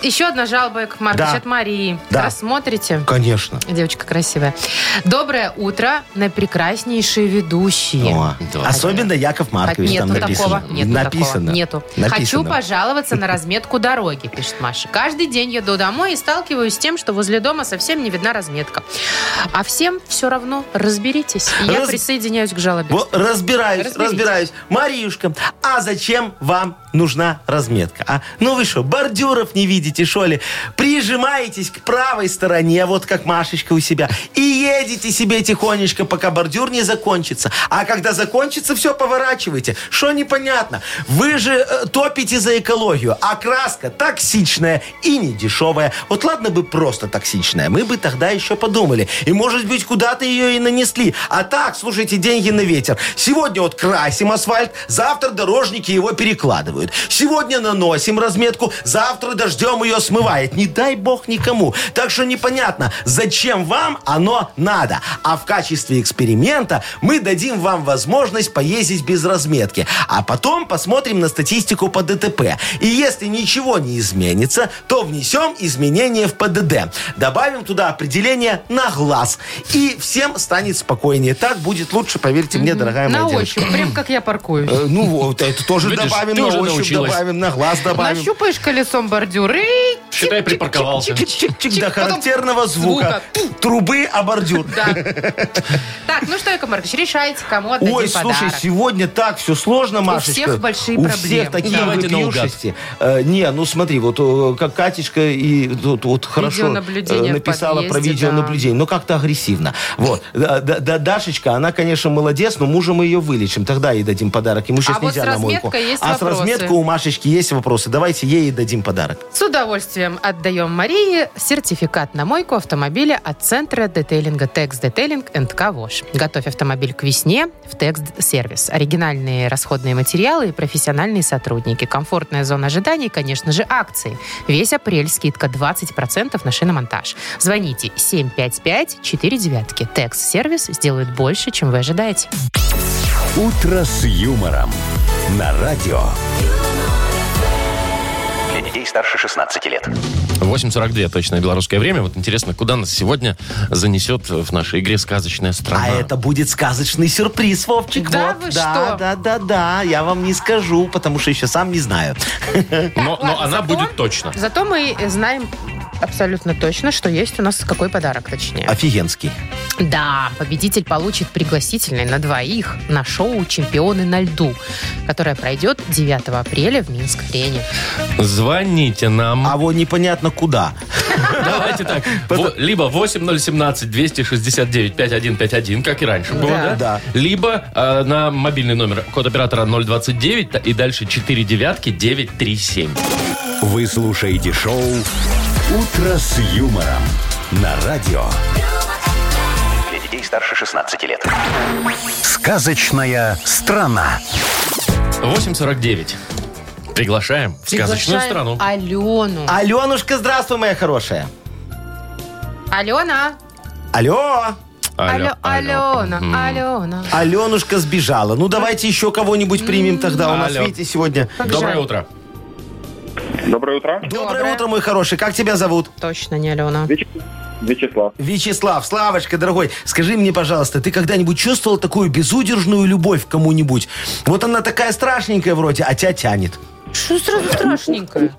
Еще одна жалоба, Яков Маркович, Да. от Марии. Да. Рассмотрите. Конечно. Девочка красивая. Доброе утро, наипрекраснейшие ведущие. О, Да. Особенно Яков Маркович Нету там написано. такого. Нету Написано. такого. Нету. Написано. Хочу пожаловаться на разметку дороги, пишет Маша. Каждый день еду домой и сталкиваюсь с тем, что возле дома совсем не видна разметка. А всем все равно разберитесь. И я Раз- присоединяюсь к жалобе. Вот, разбираюсь, Разберитесь. разбираюсь. Мариюшка, а зачем вам нужна разметка? А? Ну вы что, бордюров не видите, что ли? Прижимаетесь к правой стороне, вот как Машечка у себя, и едете себе тихонечко, пока бордюр не закончится. А когда закончится, все поворачиваете. Что непонятно? Вы же э, топите за экологию, а краска токсичная и не дешевая. Вот ладно бы просто токсичная, мы бы тогда еще подумали. И, может быть, куда-то ее и нанесли. А так, слушайте, деньги на ветер. Сегодня вот красим асфальт, завтра дорожники его перекладывают. Сегодня наносим разметку, завтра дождем ее смывает. Не дай бог никому. Так что непонятно, зачем вам оно надо. А в качестве эксперимента мы дадим вам возможность поездить без разметки. А потом посмотрим на статистику по ДТП. И если ничего не изменится, то внесем изменения в ПДД. Добавим туда определение на глаз. И всем станет спокойнее. Так будет лучше, поверьте мне, дорогая моя На девочка. ощупь, прям как я паркуюсь. Э, Ну вот, это тоже Видишь, добавим, ты на уже ощупь научилась. добавим, на глаз добавим. Нащупаешь колесом бордюр и... Считай, припарковался. Чик-чик-чик до Потом характерного звука. Трубы о бордюр. Да. Так, ну что, Яков Маркович, решайте, кому отдадим Ой, подарок. слушай, сегодня так все сложно, Машечка. всех большие У проблемы. всех такие Давайте выпиюшести. Э, Не, ну смотри, вот э, как Катечка и тут вот хорошо Видеонаблюдение э, в написала про подъезде, видеонаблюдение, но как-то агрессивно. Вот. Да, да, да, Дашечка, она, конечно, молодец, но мужа мы ее вылечим. Тогда ей дадим подарок. Ему сейчас А вот нельзя с на мойку. разметкой есть А с вопросы. разметкой у Машечки есть вопросы. Давайте ей и дадим подарок. С удовольствием отдаем Марии сертификат на мойку автомобиля от центра детейлинга Текс Детейлинг энд Ка Вош. Готовь автомобиль к весне в Текс Сервис. Оригинальные расходные материалы и профессиональные сотрудники. Комфортная зона ожидания и, конечно же, акции. Весь апрель скидка двадцать процентов на шиномонтаж. Звоните семь пять пять четыре девять. Текс Сервис сделает больше, чем вы ожидаете. «Утро с юмором» на радио. Для детей старше шестнадцати лет. восемь сорок два точное белорусское время. Вот интересно, куда нас сегодня занесет в нашей игре «Сказочная страна». А это будет сказочный сюрприз, Вовчик. Да вот. вы да, что? Да, да, да. Я вам не скажу, потому что еще сам не знаю. Но, но Ладно, она зато- будет точно. Зато мы знаем абсолютно точно, что есть у нас какой подарок, точнее. Офигенский. Да, победитель получит пригласительный на двоих на шоу «Чемпионы на льду», которое пройдет девятого апреля в Минск-арене. Звоните нам. А вот непонятно куда. Давайте так. Во- либо восемь ноль семнадцать двести шестьдесят девять пятьдесят один пятьдесят один, как и раньше было, Да. да? Да. Либо э, на мобильный номер код оператора ноль двадцать девять и дальше четыре девятки девять три семь. Вы слушаете шоу «Утро с юмором» на радио. Для детей старше шестнадцати лет. «Сказочная страна». восемь сорок девять. Приглашаем в сказочную Приглашаем страну. Алену. Аленушка, здравствуй, моя хорошая. Алена. Алло. Алло, Алена, Мгм. Алена. Аленушка сбежала. Ну, давайте еще кого-нибудь примем тогда. У нас, Алло. видите, сегодня... Как Доброе жаль. утро. Доброе утро. Доброе Доброе. утро, мой хороший. Как тебя зовут? Точно не Алена. Вяч- Вячеслав. Вячеслав, Славочка, дорогой, скажи мне, пожалуйста, ты когда-нибудь чувствовал такую безудержную любовь к кому-нибудь? Вот она такая страшненькая вроде, а тебя тянет. Что сразу страшненькое?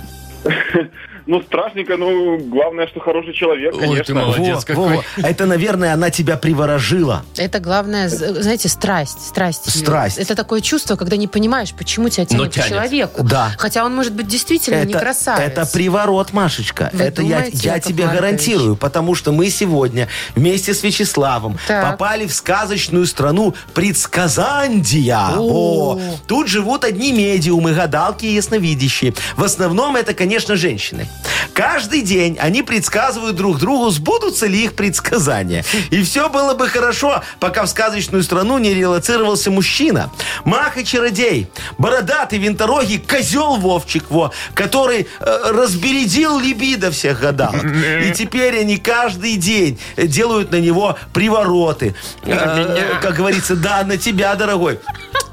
Ну, страшненько, ну, главное, что хороший человек, Ой, конечно. ты молодец. Во, какой. во, во. Это, наверное, она тебя приворожила. Это главное, з- знаете, страсть. Страсть. Страсть. Это такое чувство, когда не понимаешь, почему тебя Но тянет к тянет. человеку. Да. Хотя он может быть действительно не Это, красавец. это приворот, Машечка. Вы это я, думаете, я Яков тебе Маркович? гарантирую, потому что мы сегодня вместе с Вячеславом Так. попали в сказочную страну предсказандия. О. О, тут живут одни медиумы, гадалки и ясновидящие. В основном это, конечно, женщины. Каждый день они предсказывают друг другу, сбудутся ли их предсказания. И все было бы хорошо, пока в сказочную страну не релоцировался мужчина. Маг и чародей, бородатый, винторогий, козел Вовчик, во, который э, разбередил либидо всех гадалок. И теперь они каждый день делают на него привороты. Э, как говорится, да, на тебя, дорогой.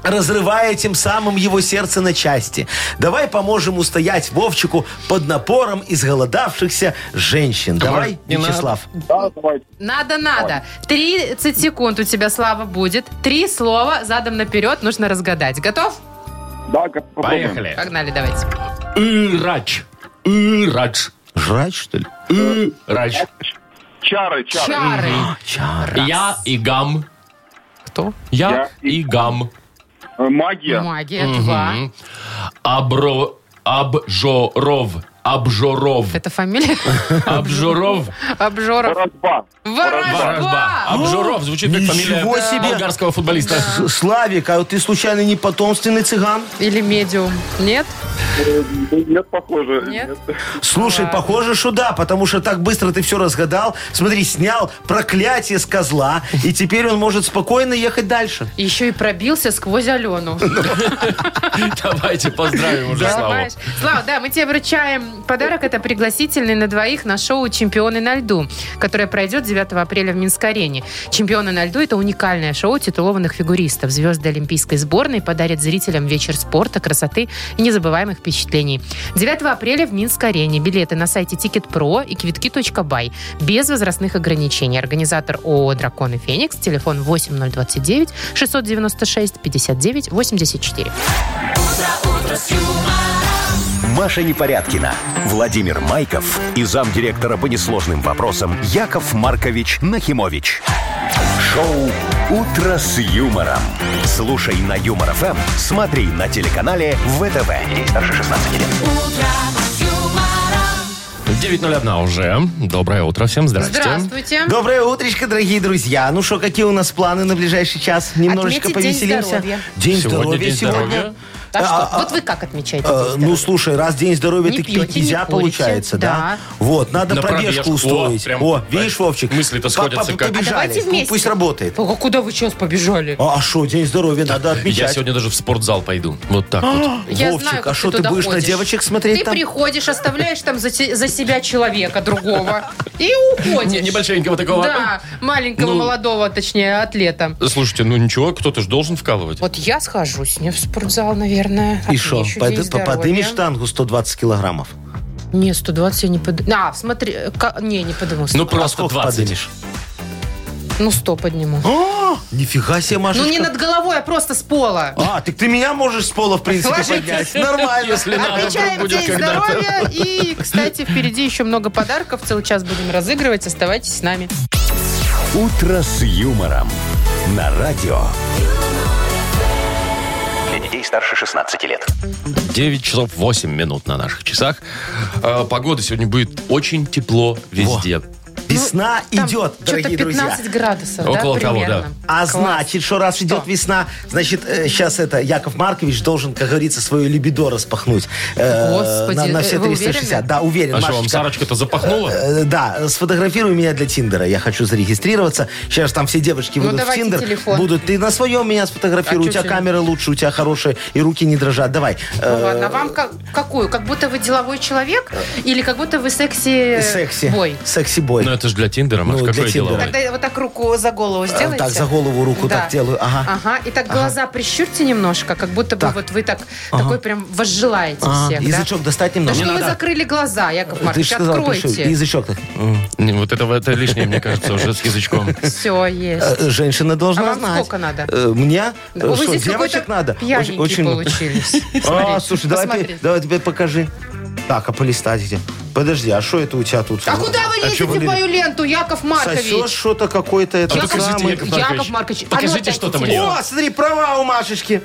разрывая тем самым его сердце на части. Давай поможем устоять Вовчику под напором изголодавшихся женщин. Давай, не Вячеслав. Да, давайте. Надо, надо. тридцать секунд у тебя, Слава, будет. Три слова задом наперед нужно разгадать. Готов? Да, как попробуем. Поехали. Погнали, давайте. Ырач. Ырач. Жрать, что ли? Ырач. Чары, чары. Чары. Чара. Я и гам. Кто? Я Я и гам. Э, Магия. Магия. Два. Мгм. Абро... Обжоров. Обжоров. Это фамилия? Обжоров. Обжоров. Ворожба. Ворожба. Ворожба. Обжоров. Звучит как фамилия Ничего себе. болгарского футболиста. С- Славик, а ты случайно не потомственный цыган? Или медиум? Нет? Э, Нет, похоже. Нет? Слушай, Ладно. похоже, что да, потому что так быстро ты все разгадал. Смотри, снял проклятие с козла, и теперь он может спокойно ехать дальше. Еще и пробился сквозь Алену. Давайте поздравим уже Славу. Понимаешь? Слава, да, мы тебе вручаем подарок. Это пригласительный на двоих на шоу «Чемпионы на льду», которое пройдет девятого апреля в Минск-арене. «Чемпионы на льду» — это уникальное шоу титулованных фигуристов. Звезды олимпийской сборной подарят зрителям вечер спорта, красоты и незабываемых впечатлений. девятого апреля в Минск-арене. Билеты на сайте Тикет.Про и квитки точка бай. Без возрастных ограничений. Организатор ООО «Дракон и Феникс». Телефон восемь ноль двадцать девять шестьсот девяносто шесть пятьдесят девять восемьдесят четыре. Маша Непорядкина, Владимир Майков и замдиректора по несложным вопросам Яков Маркович Нахимович. Шоу «Утро с юмором». Слушай на Юмор ФМ, смотри на телеканале ВТВ. Ей старше шестнадцати лет. девять ноль один уже. Доброе утро всем. Здрасте. Здравствуйте. Доброе утречко, дорогие друзья. Ну что, какие у нас планы на ближайший час? Немножечко Отметить День повеселимся. здоровья. День Сегодня здоровья день сегодня. здоровья. А что? А, Вот вы как отмечаете? Э, День ну, здоровья? слушай, раз день здоровья, Не так пьете, пить нельзя, не курите. получается, да? Да. Вот, надо На пробежку, пробежку. устроить. О, прям, О, так, видишь, Вовчик? мысли-то сходятся По- по- как. А Побежали, давайте вместе. пусть работает. А куда вы сейчас побежали? А что, день здоровья, надо Я отмечать. сегодня даже в спортзал пойду. Вот так вот. Я Вовчик, знаю, как а что, ты туда будешь на ходишь. девочек смотреть Ты там? приходишь, оставляешь там за, се- за себя человека другого и уходишь. Небольшенького такого. Да, маленького, Ну. молодого, точнее, атлета. Слушайте, ну ничего, кто-то же должен вкалывать. Вот я схожу с ней в спортзал, наверное. И что, отмечу День здоровья. подымешь штангу сто двадцать килограммов? Не, сто двадцать я не подниму. А, смотри, ка- не, не подниму. Ну А просто сколько двадцать. подымешь? Ну, сто подниму. А, нифига себе, Машечка. Ну, не над головой, а просто с пола. А, так ты меня можешь с пола, в принципе, Ложитесь. поднять. Нормально. Если надо, вдруг Отмечаем будет День когда-то. здоровья. И, кстати, впереди еще много подарков. Целый час будем разыгрывать. Оставайтесь с нами. «Утро с юмором» на радио. Для детей старше шестнадцати лет. девять часов восемь минут на наших часах. Э, Погода сегодня будет очень тепло везде. Весна Там идет, что-то дорогие друзья. пятнадцать градусов, Около да, того, примерно? да. А Класс. значит, что раз идет весна, значит, сейчас это Яков Маркович должен, как говорится, свое либидо распахнуть. э, Господи, на, на э, все вы триста шестьдесят. уверены? Да, уверен, А что, вам Машечка. Сарочка-то запахнула? Э, Да, сфотографируй меня для Тиндера. Я хочу зарегистрироваться. Сейчас там все девочки Ну, выйдут в давайте Тиндер. телефон. Будут. Ты на своем меня сфотографируй. А у тебя чё камера лучше, у тебя хорошая, и руки не дрожат. Давай. Ну ладно, а вам как, какую? Как будто вы деловой человек? Или как будто вы секси... Секси. Бой? Секси-бой. Ну это же для Тиндера, Маш, Ну, для какой Тиндера. деловой? Тогда вот так руку за голову сделайте. так, за голову руку так делаю, ага. Ага, и так глаза прищурьте немножко, как будто бы Так. вот вы так, такой прям возжелаете Ага. всех, да? Язычок достать Ну немного. что вы надо. закрыли глаза, Яков Ты Маркович, же сказал, откройте. пришел. Язычок так. М. Не, Вот это, это лишнее, мне кажется, уже с язычком. Все, есть. Э, Женщина должна А вам знать. сколько надо? Э, Мне? Да, Э, вы что, здесь девочек какой-то надо? пьяненький Очень- очень- получились. А, Смотрите, слушай, давай, посмотрите. пе- давай теперь покажи. Так, а полистать где? Подожди, а что это у тебя тут? А куда вы лезете чё вы в мою ленту, Яков Маркович? Сосешь что-то какое-то? Это А покажите, самое- Яков Маркович. Яков Маркович, а ну Покажите, отдайте что там у телефон. нее. О, смотри, права у Машечки.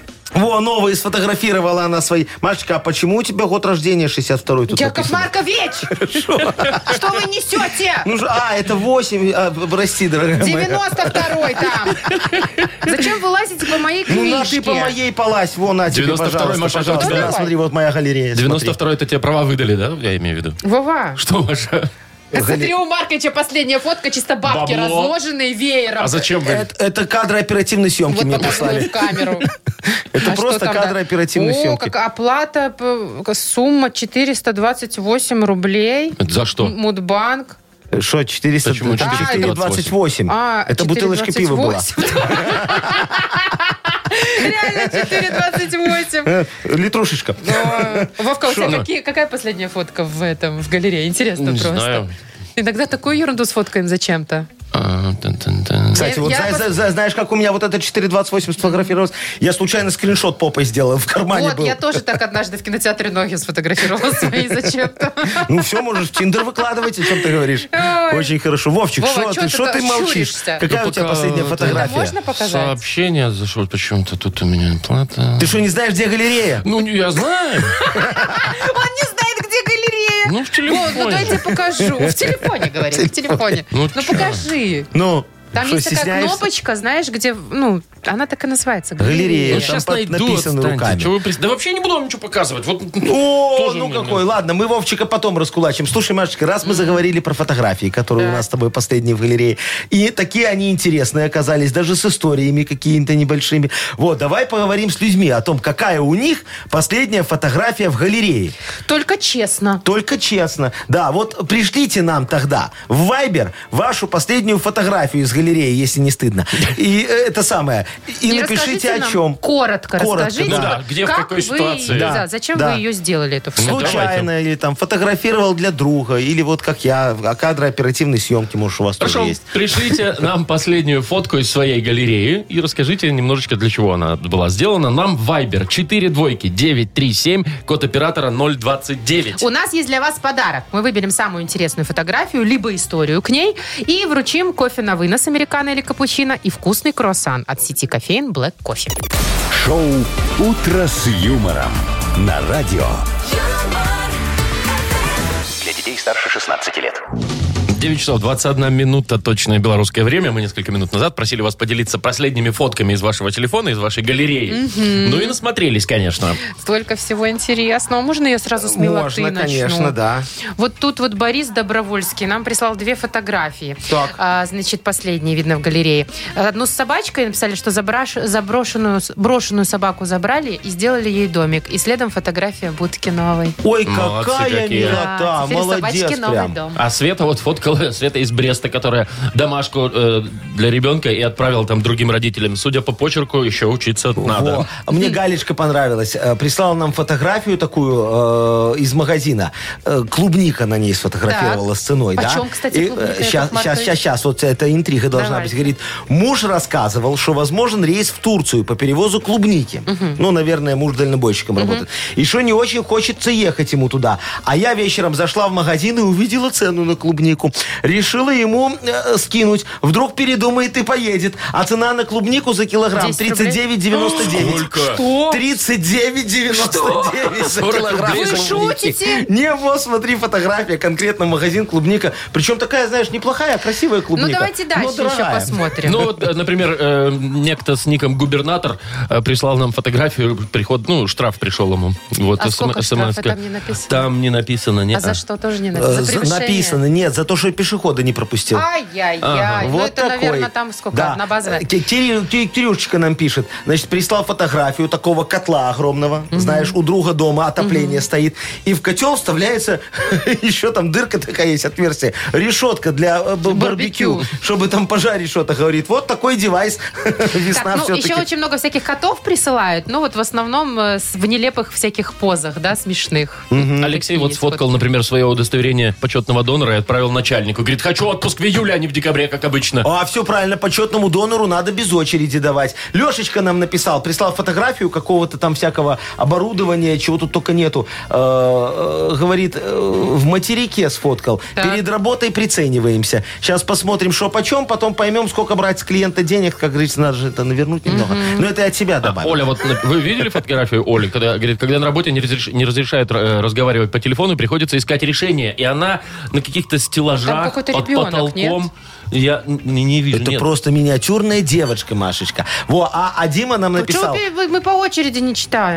Во, новые сфотографировала она свои. Машечка, а почему у тебя год рождения шестьдесят второй тут Яков написано? Маркович! Что вы несете? Ну, же- а, это восемь. А, прости, дорогая моя. девяносто второй там. Зачем вы лазите по моей Ну, на, книжке? ты по моей полазь. Вон, на тебе, девяносто второй, пожалуйста, Маша, пожалуйста. это у тебя? На, смотри, вот моя галерея. девяносто второй это тебе права выдали, да? Я имею в виду. Вова, Что, Маша? смотри, у Марковича последняя фотка, чисто бабки Бабло. разложенные веером. А зачем вы? Это, это кадры оперативной съемки Вот мне показываю прислали. в камеру. Это А что просто там, кадры да? оперативной О, съемки. как оплата, п- сумма четыреста двадцать восемь рублей. Это за что? М- Мудбанк. Что, четыреста Почему четыреста двадцать восемь? А, Это бутылочка пива была. Реально четыре двадцать восемь. Э, Литрушечка. Вовка, у тебя Шо? какие- какая последняя фотка в этом, в галерее? Интересно Не просто. знаю. Иногда такую ерунду сфоткаем зачем-то. А, тан-тан-тан. Кстати, вот Я знаешь, пос- за- знаешь, как у меня вот это четыре двадцать восемь сфотографировалось? Я случайно скриншот попой сделал, в кармане Вот, был. я тоже так однажды в кинотеатре ноги сфотографировала свои зачем-то. Ну все, можешь в Тиндер выкладывать, о чем ты говоришь. Ой. Очень хорошо. Вовчик, Вова, что чё ты, ты что так ты молчишь? щуришься? Какая Ну, у тебя пока последняя вот фотография? Это можно показать? Сообщение зашло. Почему-то тут у меня плата. Ты что, не знаешь, где галерея? Ну, я знаю. Он не знает, где галерея. Ну, в Вот, телефоне. ну дайте покажу. В телефоне, говорит, в телефоне. Ну, Ну чё? покажи. Ну, Там что, есть такая стесняешься? кнопочка, знаешь, где, ну, она так и называется. Галерея. Ну, Там сейчас под- найду, написано отстаньте. руками. Чё вы прис- Да вообще не буду вам ничего показывать. Вот О, тоже ну мне какой, надо. ладно, мы Вовчика потом раскулачим. Слушай, Машечка, раз мы заговорили про фотографии, которые у нас с тобой последние в галерее, и такие они интересные оказались, даже с историями какими-то небольшими. Вот, давай поговорим с людьми о том, какая у них последняя фотография в галерее. Только честно. Только честно. Да, вот пришлите нам тогда в Viber вашу последнюю фотографию из галереи, если не стыдно. И э, это самое. И, И напишите расскажите о нам чем. Коротко, Коротко, расскажите. ну да, где, в как какой вы- ситуации. Да, Да, зачем да. вы ее сделали, эту Ну, фотографию? Случайно, или там фотографировал для друга, или вот как я, а кадры оперативной съемки, может, у вас Хорошо, тоже есть. пришлите нам последнюю фотку из своей галереи и расскажите немножечко, для чего она была сделана. Нам в Viber четыре двойки девять три семь, код оператора ноль двадцать девять. У нас есть для вас подарок. Мы выберем самую интересную фотографию, либо историю к ней, и вручим кофе на вынос, американо или капучино, и вкусный круассан от сети кофеин Black Coffee. Шоу «Утро с юмором» на радио. Для детей старше шестнадцати лет. девять часов двадцать одна минута, точное белорусское время. Мы несколько минут назад просили вас поделиться последними фотками из вашего телефона, из вашей галереи. Ну и насмотрелись, конечно. Столько всего интересного. Можно я сразу с милоты Можно, начну? конечно, да. Вот тут вот Борис Добровольский нам прислал две фотографии. Так. А, значит, последние видно в галерее. Одну с собачкой написали, что забраш- заброшенную брошенную собаку забрали и сделали ей домик. И следом фотография будки новой. Ой, Молодцы какая какие. милота, Да, теперь молодец собачки новый прям. дом. А Света вот фоткала, Света из Бреста, которая домашку э, для ребенка и отправила там другим родителям. Судя по почерку, еще учиться надо. Во. А мне Галечка понравилась. Э, Прислала нам фотографию такую э, из магазина. Э, клубника на ней сфотографировала Так. с ценой. Почем, да? кстати, клубника, Сейчас, Яков сейчас, Маркович? сейчас, сейчас. Вот эта интрига должна Давайте. быть. Говорит, муж рассказывал, что возможен рейс в Турцию по перевозу клубники. Ну, наверное, муж дальнобойщиком работает. И что не очень хочется ехать ему туда. А я вечером зашла в магазин и увидела цену на клубнику. Решила ему э, скинуть. Вдруг передумает и поедет. А цена на клубнику за килограмм десять тридцать девять девяносто девять. Сколько? Что? тридцать девять девяносто девять за сорок килограмм рублей Вы за клубники. шутите? Не, вот смотри, фотография, конкретно магазин клубника. Причем такая, знаешь, неплохая, красивая клубника. Ну, давайте дальше но еще дорогая. посмотрим. Ну, вот, э, например, э, некто с ником Губернатор э, прислал нам фотографию, приход, ну, штраф пришел ему. Вот, А сколько штрафа смс-ка. там не написано? Там не написано. Не, А за что тоже не написано? Э, За за- превышение? Написано, нет, за то, что пешехода не пропустил. Ай-яй-яй. Ага. Ну, Вот это, такой. наверное, там сколько? Да. Одна базовая? Э, Ки- Кирилл- Ки- Кирюшечка нам пишет. Значит, прислал фотографию такого котла огромного. Знаешь, у друга дома отопление стоит. И в котел вставляется еще там дырка такая есть, отверстие. Решетка для э, б- барбекю. Барбекю. Чтобы там пожарить что-то, говорит. Вот такой девайс. Весна Так, ну, все-таки. еще очень много всяких котов присылают, ну, вот в основном э, с- в нелепых всяких позах, да, смешных. Алексей Такие вот есть сфоткал, фотки. например, свое удостоверение почетного донора и отправил начальнику. Говорит, хочу отпуск в июле, а не в декабре, как обычно. А, все правильно, почетному донору надо без очереди давать. Лешечка нам написал, прислал фотографию какого-то там всякого оборудования, чего тут только нету. Э, э, говорит, э, в материке сфоткал. Так. Перед работой прицениваемся. Сейчас посмотрим, что почем, потом поймем, сколько брать с клиента денег. Как говорится, надо же это навернуть немного. Но это я от себя А, добавил. Оля, вот на- вы видели фотографию Оли, когда, говорит, когда на работе не, разреш- не разрешают э, разговаривать по телефону, приходится искать решение. И она на каких-то Там стеллажах какой-то под ребенок, потолком. нет? Я н- не, не вижу. Это нет. просто миниатюрная девочка, Машечка. Во, а, а Дима нам Ну, написал... чего вы- мы по очереди не читаем?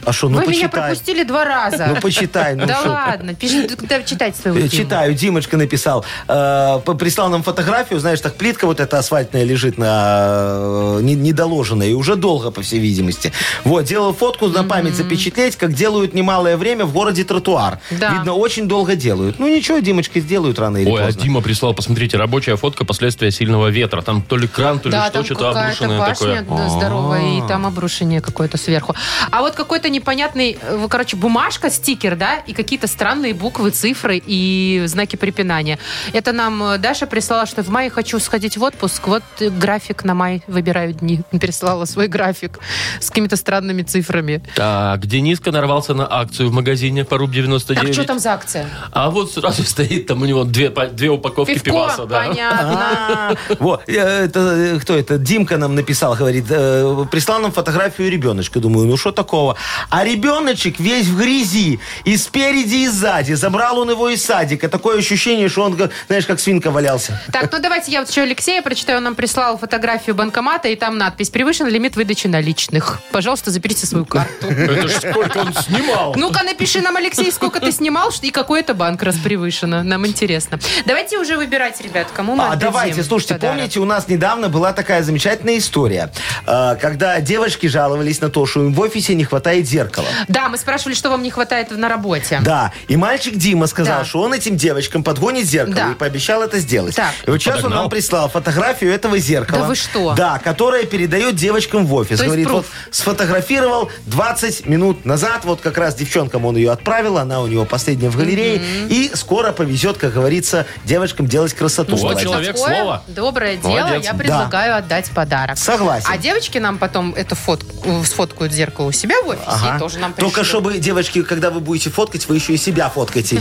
А что, ну Вы меня почитай. пропустили два раза. Ну почитай. Ну, Да шо. ладно, пиши, да, читайте свою Диму. Читаю, Димочка написал. Э, п- прислал нам фотографию, знаешь, так плитка вот эта асфальтная лежит на э, не- недоложенная, и уже долго, по всей видимости. Вот, делал фотку на память запечатлеть, как делают немалое время в городе тротуар. Да. Видно, очень долго делают. Ну ничего, Димочка, сделают рано или Ой, а поздно. Дима прислал, посмотрите, рабочая фотка последствия сильного ветра. Там то ли кран, то ли Да, что, там что-то какая-то обрушенное башня такое. да, здоровая, и там обрушение какое-то сверху. А вот какой-то непонятный, э, короче, бумажка, стикер, да, и какие-то странные буквы, цифры и знаки препинания. Это нам э, Даша прислала, что в мае хочу сходить в отпуск. Вот э, график на май, выбираю дни. Переслала свой график с какими-то странными цифрами. Так, Дениска нарвался на акцию в магазине по руб девяносто Так, девять. что там за акция? А вот сразу стоит там у него две, по- две упаковки Пивко, пиваса. Да. понятно. А, Вот, э, это, э, кто это? Димка нам написал, говорит, э, прислал нам фотографию ребеночка. Думаю, ну что такого? А ребеночек весь в грязи. И спереди, и сзади. Забрал он его из садика. Такое ощущение, что он, знаешь, как свинка валялся. Так, ну давайте я вот еще Алексея прочитаю. Он нам прислал фотографию банкомата, и там надпись: превышен лимит выдачи наличных. Пожалуйста, заберите свою карту. Это ж сколько он снимал. Ну-ка, напиши нам, Алексей, сколько ты снимал и какой это банк раз превышено. Нам интересно. Давайте уже выбирать, ребят, кому мы А, отдадим давайте, слушайте, подарок. помните, у нас недавно была такая замечательная история, э, когда девочки жаловались на то, что им в офисе не хватает зеркала. Да, мы спрашивали, что вам не хватает на работе. Да, и мальчик Дима сказал, Да. что он этим девочкам подгонит зеркало Да. и пообещал это сделать. Так. И вот сейчас Подогнал? он нам прислал фотографию этого зеркала. Да вы что? Да, которое передает девочкам в офис. То есть Говорит, пруф. вот сфотографировал двадцать минут назад, вот как раз девчонкам он ее отправил, она у него последняя в галерее, и скоро повезет, как говорится, девочкам делать красоту. Ну, вот Молодец. человек Такое слова. доброе дело, Молодец. я предлагаю отдать подарок. Согласен. А девочки нам потом эту фотку, сфоткают зеркало у себя в офисе Ага. и тоже нам Только пришлют. чтобы, девочки, когда вы будете фоткать, вы еще и себя фоткайте.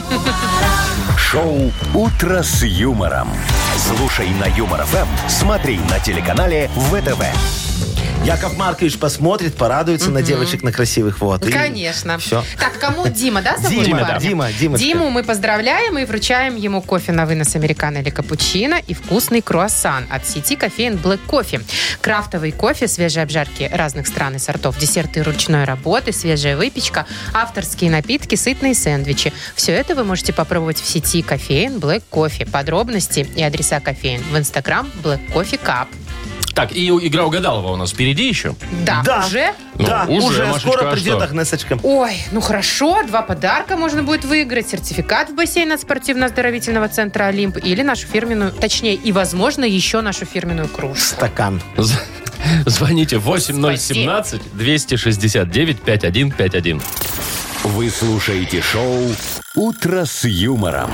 Шоу «Утро с юмором». Слушай на Юмор ФМ, смотри на телеканале ВТВ. Яков Маркович посмотрит, порадуется на девочек, на красивых. Вот. И Конечно. Все. Так, кому? Дима, да, зовут Дима, парня? Дима, Димочка. Диму мы поздравляем и вручаем ему кофе на вынос американо или капучино и вкусный круассан от сети кофеин Black Coffee. Крафтовый кофе, свежие обжарки разных стран и сортов, десерты ручной работы, свежая выпечка, авторские напитки, сытные сэндвичи. Все это вы можете попробовать в сети кофеин Black Coffee. Подробности и адреса кофеин в Instagram Black Coffee Cup. Так, и игра угадалова у нас впереди еще. Да, Да. уже? Ну, Да, уже, уже, Машечка, скоро а придет что? Агнесочка. Ой, ну хорошо, два подарка можно будет выиграть. Сертификат в бассейн от спортивно-оздоровительного центра «Олимп» или нашу фирменную, точнее, и, возможно, еще нашу фирменную кружку. Стакан. З- Звоните восемь ноль один семь двести шестьдесят девять пятьдесят один пятьдесят один. Вы слушаете шоу «Утро с юмором».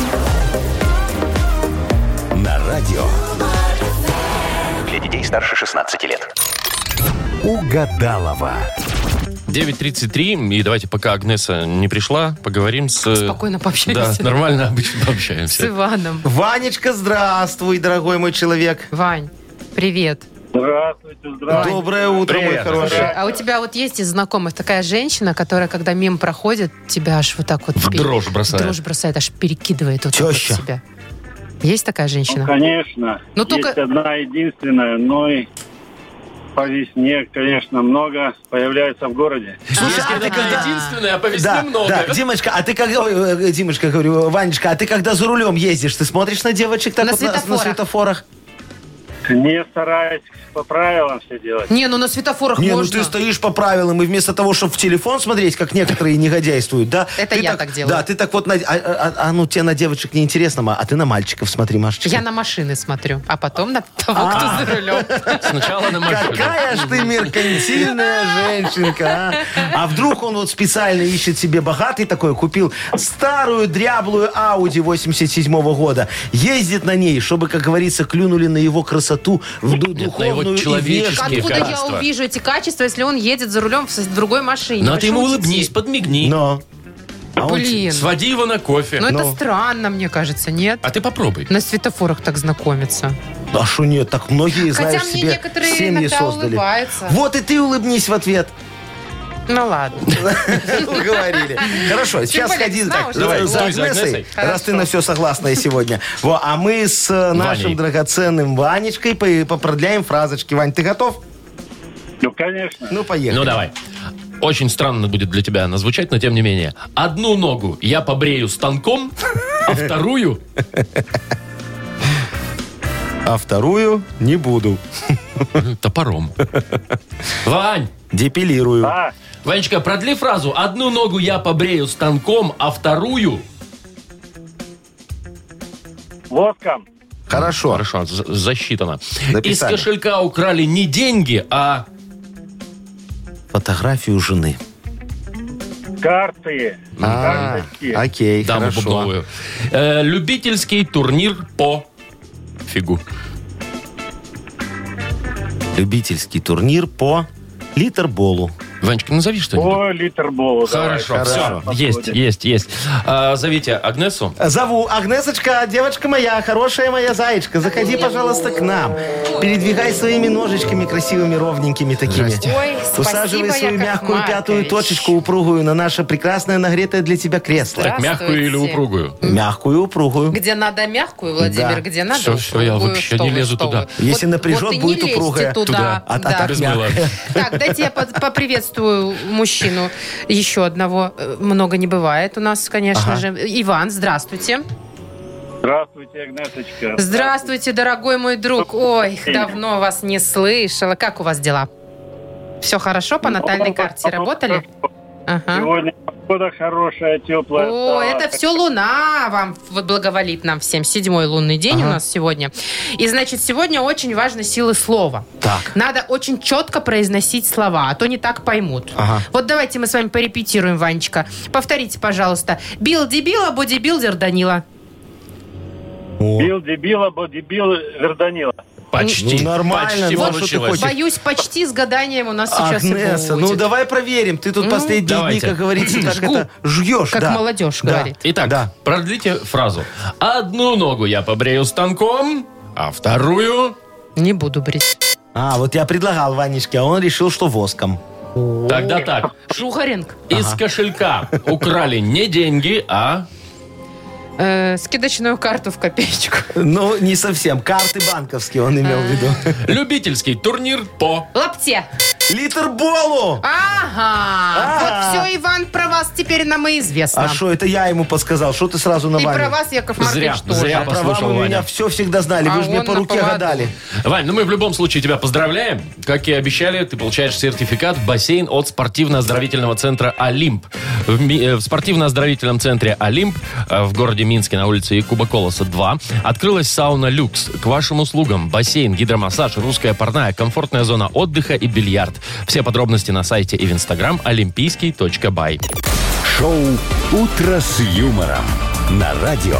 На радио Для детей старше шестнадцати лет. «Угадалова». девять тридцать три, и давайте, пока Агнеса не пришла, поговорим с... Спокойно пообщаемся. Да, нормально обычно С пообщаемся. Иваном. Ванечка, здравствуй, дорогой мой человек. Вань, привет. Здравствуйте, здравствуйте. Доброе утро, мой Привет. хороший. А у тебя вот есть из знакомых такая женщина, которая, когда мимо проходит, тебя аж вот так вот... В пере- дрожь бросает. В дрожь бросает, аж перекидывает вот так вот Теща. себя. Есть такая женщина? Конечно. Ну, только- Есть одна единственная, но и по весне, конечно, много появляется в городе. Слушай, Если а ты это когда... единственное, а по весне Да, много. да, Димочка, а ты когда, ой, э, Димочка, говорю, Ванечка, а ты когда за рулем ездишь, ты смотришь на девочек так На вот на- на светофорах. светофорах? Не стараюсь по правилам все делать. Не, ну на светофорах Не, можно. ну ты стоишь по правилам, и вместо того, чтобы в телефон смотреть, как некоторые негодяйствуют, да? Это ты я так делаю. Да, ты так вот, на, а, а- а, ну тебе на девочек не интересно, ма, а ты на мальчиков смотри, Машечка. Я на машины смотрю, а потом на того, кто А. за рулем. Сначала на машину. Какая ж ты меркантильная женщинка, а? А вдруг он вот специально ищет себе богатый такой, купил старую дряблую Ауди восемьдесят седьмого года, ездит на ней, чтобы, как говорится, клюнули на его красоту в ду- Нет, на его духовную и человеческие внешнюю. Откуда я качества. увижу эти качества, если он едет за рулем в с- в другой машине? Ну, а ты ему Почему улыбнись, идти? подмигни. Но. А он- Блин, Своди его на кофе. ну это Ну. странно, мне кажется, нет? А ты попробуй. На светофорах так знакомиться. А что нет, так многие, Хотя знаешь, мне себе некоторые семьи иногда создали. улыбаются. Вот и ты улыбнись в ответ. Ну ладно. Уговорили. Хорошо, сейчас более ходи знала, так, что Давай, за стой за Агнесой, Агнесой. раз ты Хорошо. на все согласная сегодня. Во, а мы с э, нашим Ваней. драгоценным Ванечкой по- попродляем фразочки. Вань, ты готов? Ну, конечно. Ну, поехали. Ну, давай. Очень странно будет для тебя она звучать, но тем не менее. Одну ногу я побрею станком, а вторую... А вторую не буду. Топором. Вань! Депилирую. А, Ванечка, продли фразу. Одну ногу я побрею станком, а вторую... воском. Хорошо. Хорошо, за- засчитано. Написали. Из кошелька украли не деньги, а... Фотографию жены. Карты. А, Карточки. окей, даму хорошо. бубновую. Э, любительский турнир по фигу. Любительский турнир по литерболу. Ванечка, назови что-нибудь. По литерболу. Хорошо, давай. все, Да, есть, подходит. есть, есть. А, зовите Агнесу. Зову. Агнесочка, девочка моя, хорошая моя зайчка, заходи, пожалуйста, к нам. Передвигай своими ножичками красивыми, ровненькими такими. Ой, Усаживай спасибо, свою Яков мягкую Маркович. пятую точечку упругую на наше прекрасное нагретое для тебя кресло. Так, мягкую или Здравствуйте. упругую? Мягкую, упругую. Где надо мягкую, Владимир, Да. где надо Всё, всё, я упругую. вообще Что не вы, лезу что туда. вы. Если напряжет, вот и будет не лезьте упругая. туда. Туда. А- а Да. так Без мягко. мыла. Так, дайте я под- поприветствую мужчину. Еще одного. Э, Много не бывает у нас, конечно Ага. же. Иван, здравствуйте. Здравствуйте, Агнесочка. Здравствуйте, дорогой мой друг. Ой, давно вас не слышала. Как у вас дела? Все хорошо? По натальной карте работали? Ага. Сегодня погода хорошая, теплая. О, стала. это все Луна вам вот благоволит нам всем. Седьмой лунный день у нас сегодня. И, значит, сегодня очень важны силы слова. Так. Надо очень четко произносить слова, а то не так поймут. Ага. Вот давайте мы с вами порепетируем, Ванечка. Повторите, пожалуйста. Бил дебила, бодибилдер Данила. О. Бил дебила, бодибил, верданила. Почти. Ну, нормально, Почти ну, а что ты получилось. хочешь? Боюсь, почти с гаданием у нас сейчас и Агнеса, будет. ну давай проверим. Ты тут Ну, последние давайте. дни, как говорится, так Жгу. это жуешь. Как да. молодежь Да. говорит. Итак, Да. продлите фразу. Одну ногу я побрею станком, а вторую... Не буду брить. А, вот я предлагал Ванечке, а он решил, что воском. Тогда так. Шухаренко. Из кошелька украли не деньги, а... Э, скидочную карту в копеечку. Ну, не совсем. Карты банковские он имел в виду. Любительский турнир по... Лапте. Литерболу! Ага. А. Вот все, Иван, про вас теперь нам и известно. А что, это я ему подсказал? Что ты сразу на И Ваню? про вас, Яков Маркович, Зря, тоже. зря. А про послушал вам у Ваня. меня все всегда знали. А Вы же мне он по на руке поводу. гадали. Вань, ну мы в любом случае тебя поздравляем. Как и обещали, ты получаешь сертификат в бассейн от спортивно-оздоровительного центра «Олимп». В, ми- э, в спортивно-оздоровительном центре «Олимп» э, в городе Минске на улице Якуба Колоса два открылась сауна «Люкс». К вашим услугам бассейн, гидромассаж, русская парная, комфортная зона отдыха и бильярд. Все подробности на сайте и в инстаграм олимпийский точка бай. Шоу «Утро с юмором» на радио.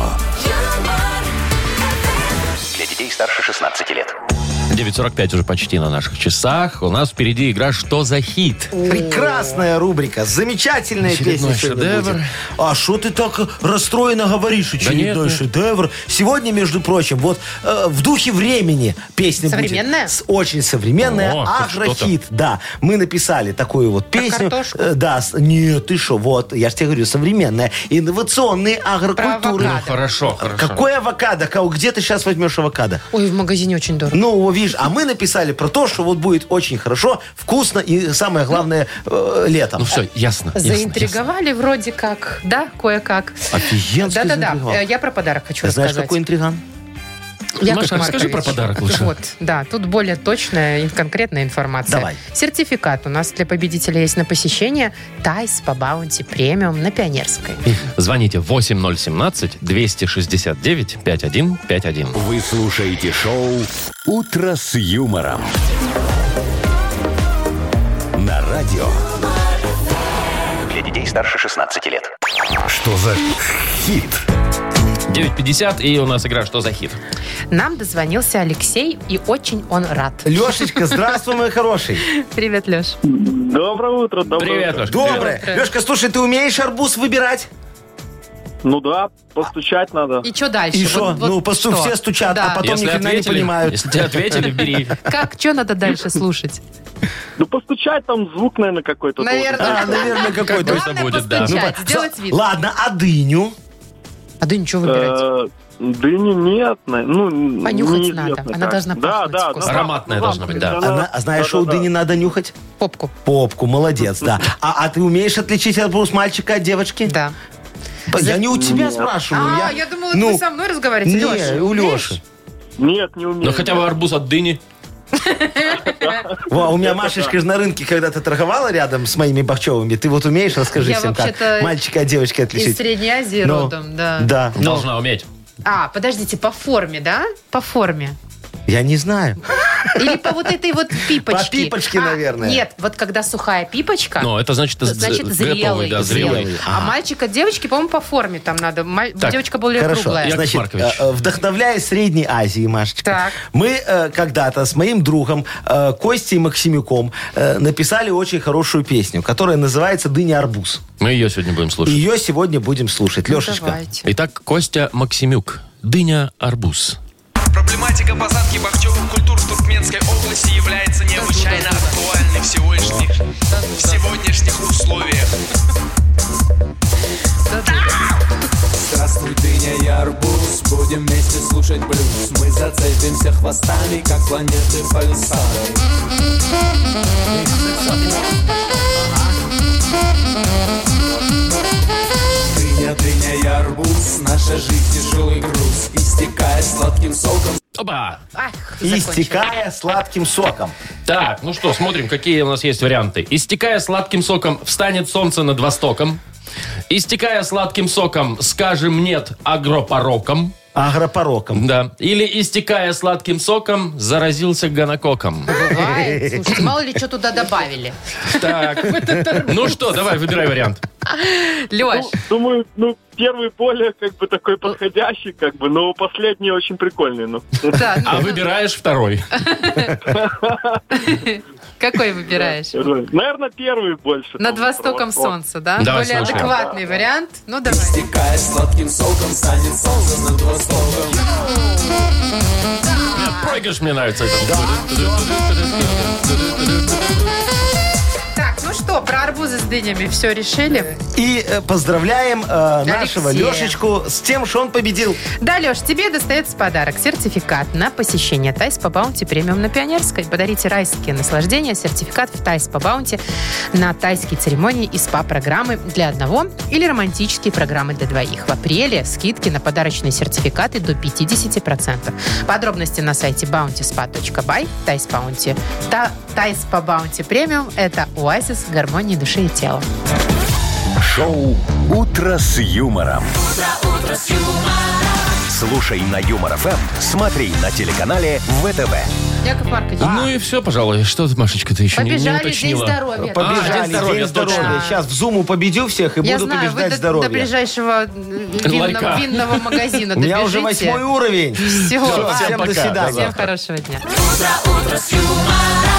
Для детей старше шестнадцати лет. девять сорок пять уже почти на наших часах. У нас впереди игра «Что за хит?». Прекрасная рубрика. Замечательная Очередной песня сегодня шедевр. будет. А что ты так расстроенно говоришь? Очередной нет, нет. шедевр. Сегодня, между прочим, вот э, в духе времени песня Современная? будет. С- очень современная. О, хоть Агрохит. Да. Мы написали такую вот песню. картошку? Э, да. с- Нет, ты что, вот. Я же тебе говорю, современная. Инновационные агрокультуры. авокадо. Хорошо, хорошо. Какой авокадо? Ка- Где ты сейчас возьмешь авокадо? Ой, в магазине очень дорого. Ну, видишь, а мы написали про то, что вот будет очень хорошо, вкусно и, самое главное, э, летом. Ну все, ясно. ясно, Заинтриговали вроде как, да, кое-как. Офигенский Да-да-да, заинтриговал. Э, я про подарок хочу Знаешь, рассказать. какой интриган? Яков Маша, расскажи Маркович. про подарок лучше. Вот, да, тут более точная и конкретная информация. Давай. Сертификат у нас для победителя есть на посещение Тайс по Баунти премиум на Пионерской. Звоните восемь ноль семнадцать двести шестьдесят девять пятьдесят один пятьдесят один. Вы слушаете шоу «Утро с юмором» на радио. Для детей старше шестнадцати лет. Что за хит? девять пятьдесят, и у нас игра «Что за хит?». Нам дозвонился Алексей, и очень он рад. Лешечка, здравствуй, мой хороший. Привет, Леш. Доброе утро, доброе Привет, утро. Леш. Доброе. Привет. Лешка, слушай, ты умеешь арбуз выбирать? Ну да, постучать надо. И что дальше? И Вот- что? вот Ну, посту- что? все стучат, Да. а потом Если ни хрена не ответили, понимают. если тебе ответили, бери. Как, что надо дальше слушать? Ну постучать там звук, наверное, какой-то. Наверное. А, наверное, какой-то. Точно Главное будет, да. постучать, Ну, сделать со- вид. Ладно, а дыню? А да ничего выбирать. должен. Э, Дыни нет. на- Ну, Понюхать неизвестно надо. Она как. должна Да, пахнуть да, вкусно. да, Ароматная да, должна быть, да. она- А, а знаешь, что у да-да-да. дыни надо нюхать? Попку. Попку, молодец, да. А, а ты умеешь отличить арбуз мальчика от девочки? Да. Я не у тебя спрашиваю. А, я думала, ну, вы со мной разговариваете, Не, Леша. у умеешь? Леши. Нет, не умею. Ну хотя бы арбуз от дыни. Во, у меня Машечка же на рынке когда-то торговала рядом с моими Бахчевыми. Ты вот умеешь, расскажи Я всем, как вообще-то мальчика от девочки Из отличить? Средней Азии Ну, родом, да. Да. но Должна уметь. А, подождите, по форме, да? По форме. Я не знаю. Или по вот этой вот пипочке. По пипочке, А, наверное. Нет, вот когда сухая пипочка, Ну, это значит, то значит з- зрелый. готовый, да, зрелый. зрелый. А мальчик от девочки, по-моему, по форме там надо. Маль- Так, Девочка более Хорошо. круглая. Яков Значит, Маркович. э, э, вдохновляясь Средней Азией, Машечка, Так. мы э, когда-то с моим другом э, Костей Максимюком э, написали очень хорошую песню, которая называется «Дыня-арбуз». Мы ее сегодня будем слушать. Ее сегодня будем слушать. Ну, Лешечка. давайте. Итак, Костя Максимюк. Дыня-арбуз. Проблематика посадки бахчевых культур в Туркменской области является необычайно актуальной в сегодняшних, в сегодняшних условиях. Здравствуй, дыня и арбуз, будем вместе слушать блюз. Мы зацепимся хвостами, как планеты пульсары. Дыня, дыня и арбуз, наша жизнь тяжелый груз, истекая сладким соком. Опа! Ах, закончила. Истекая сладким соком. Так, ну что, смотрим, какие у нас есть варианты. Истекая сладким соком, встанет солнце над востоком. Истекая сладким соком, скажем нет агропорокам. Агропороком. Да. Или истекая сладким соком, заразился гонококом. Бывает. Слушайте, мало ли что туда добавили. Так. Ну что, давай, выбирай вариант. Леш, Думаю, ну, первый более как бы такой подходящий, как бы, но последний очень прикольный. Ну. да, ну, А выбираешь второй. какой выбираешь? Наверное, первый больше. Над там, востоком вот. солнца, да? Давай Более слушаем. адекватный вариант. Ну, давай. Истекая сладким соком, станет солнце над востоком. Проигрыш мне нравится. Так, ну что, про арбузы с дынями все решили? И э, поздравляем э, нашего Алексея. Лешечку с тем, что он победил. Да, Леш, тебе достается подарок. Сертификат на посещение Тайс по Баунти премиум на Пионерской. Подарите райские наслаждения. Сертификат в Тайс по Баунти на тайские церемонии и СПА-программы для одного или романтические программы для двоих. В апреле скидки на подарочные сертификаты до пятьдесят процентов. Подробности на сайте баунти спа точка бай. Тайс Баунти. Та, Тайс по Баунти премиум – это оазис гармонии души и тела. Шоу «Утро с юмором». Слушай на Юмор ФМ, смотри на телеканале ВТВ. Яков Маркович, Ну и все, пожалуй. Что ты, Машечка, ты еще не, не побежали, День уточнила? здоровья. Побежали. Побежали, День здоровья, день здоровья. точно. Сейчас в Зуму победю всех и Я буду знаю, вы побеждать до, здоровье. до ближайшего винного, Ларька. винного магазина У меня уже добежите. восьмой уровень. Все, Всё, всем до пока. свидания. Всем хорошего дня. Утро, утро с юмором.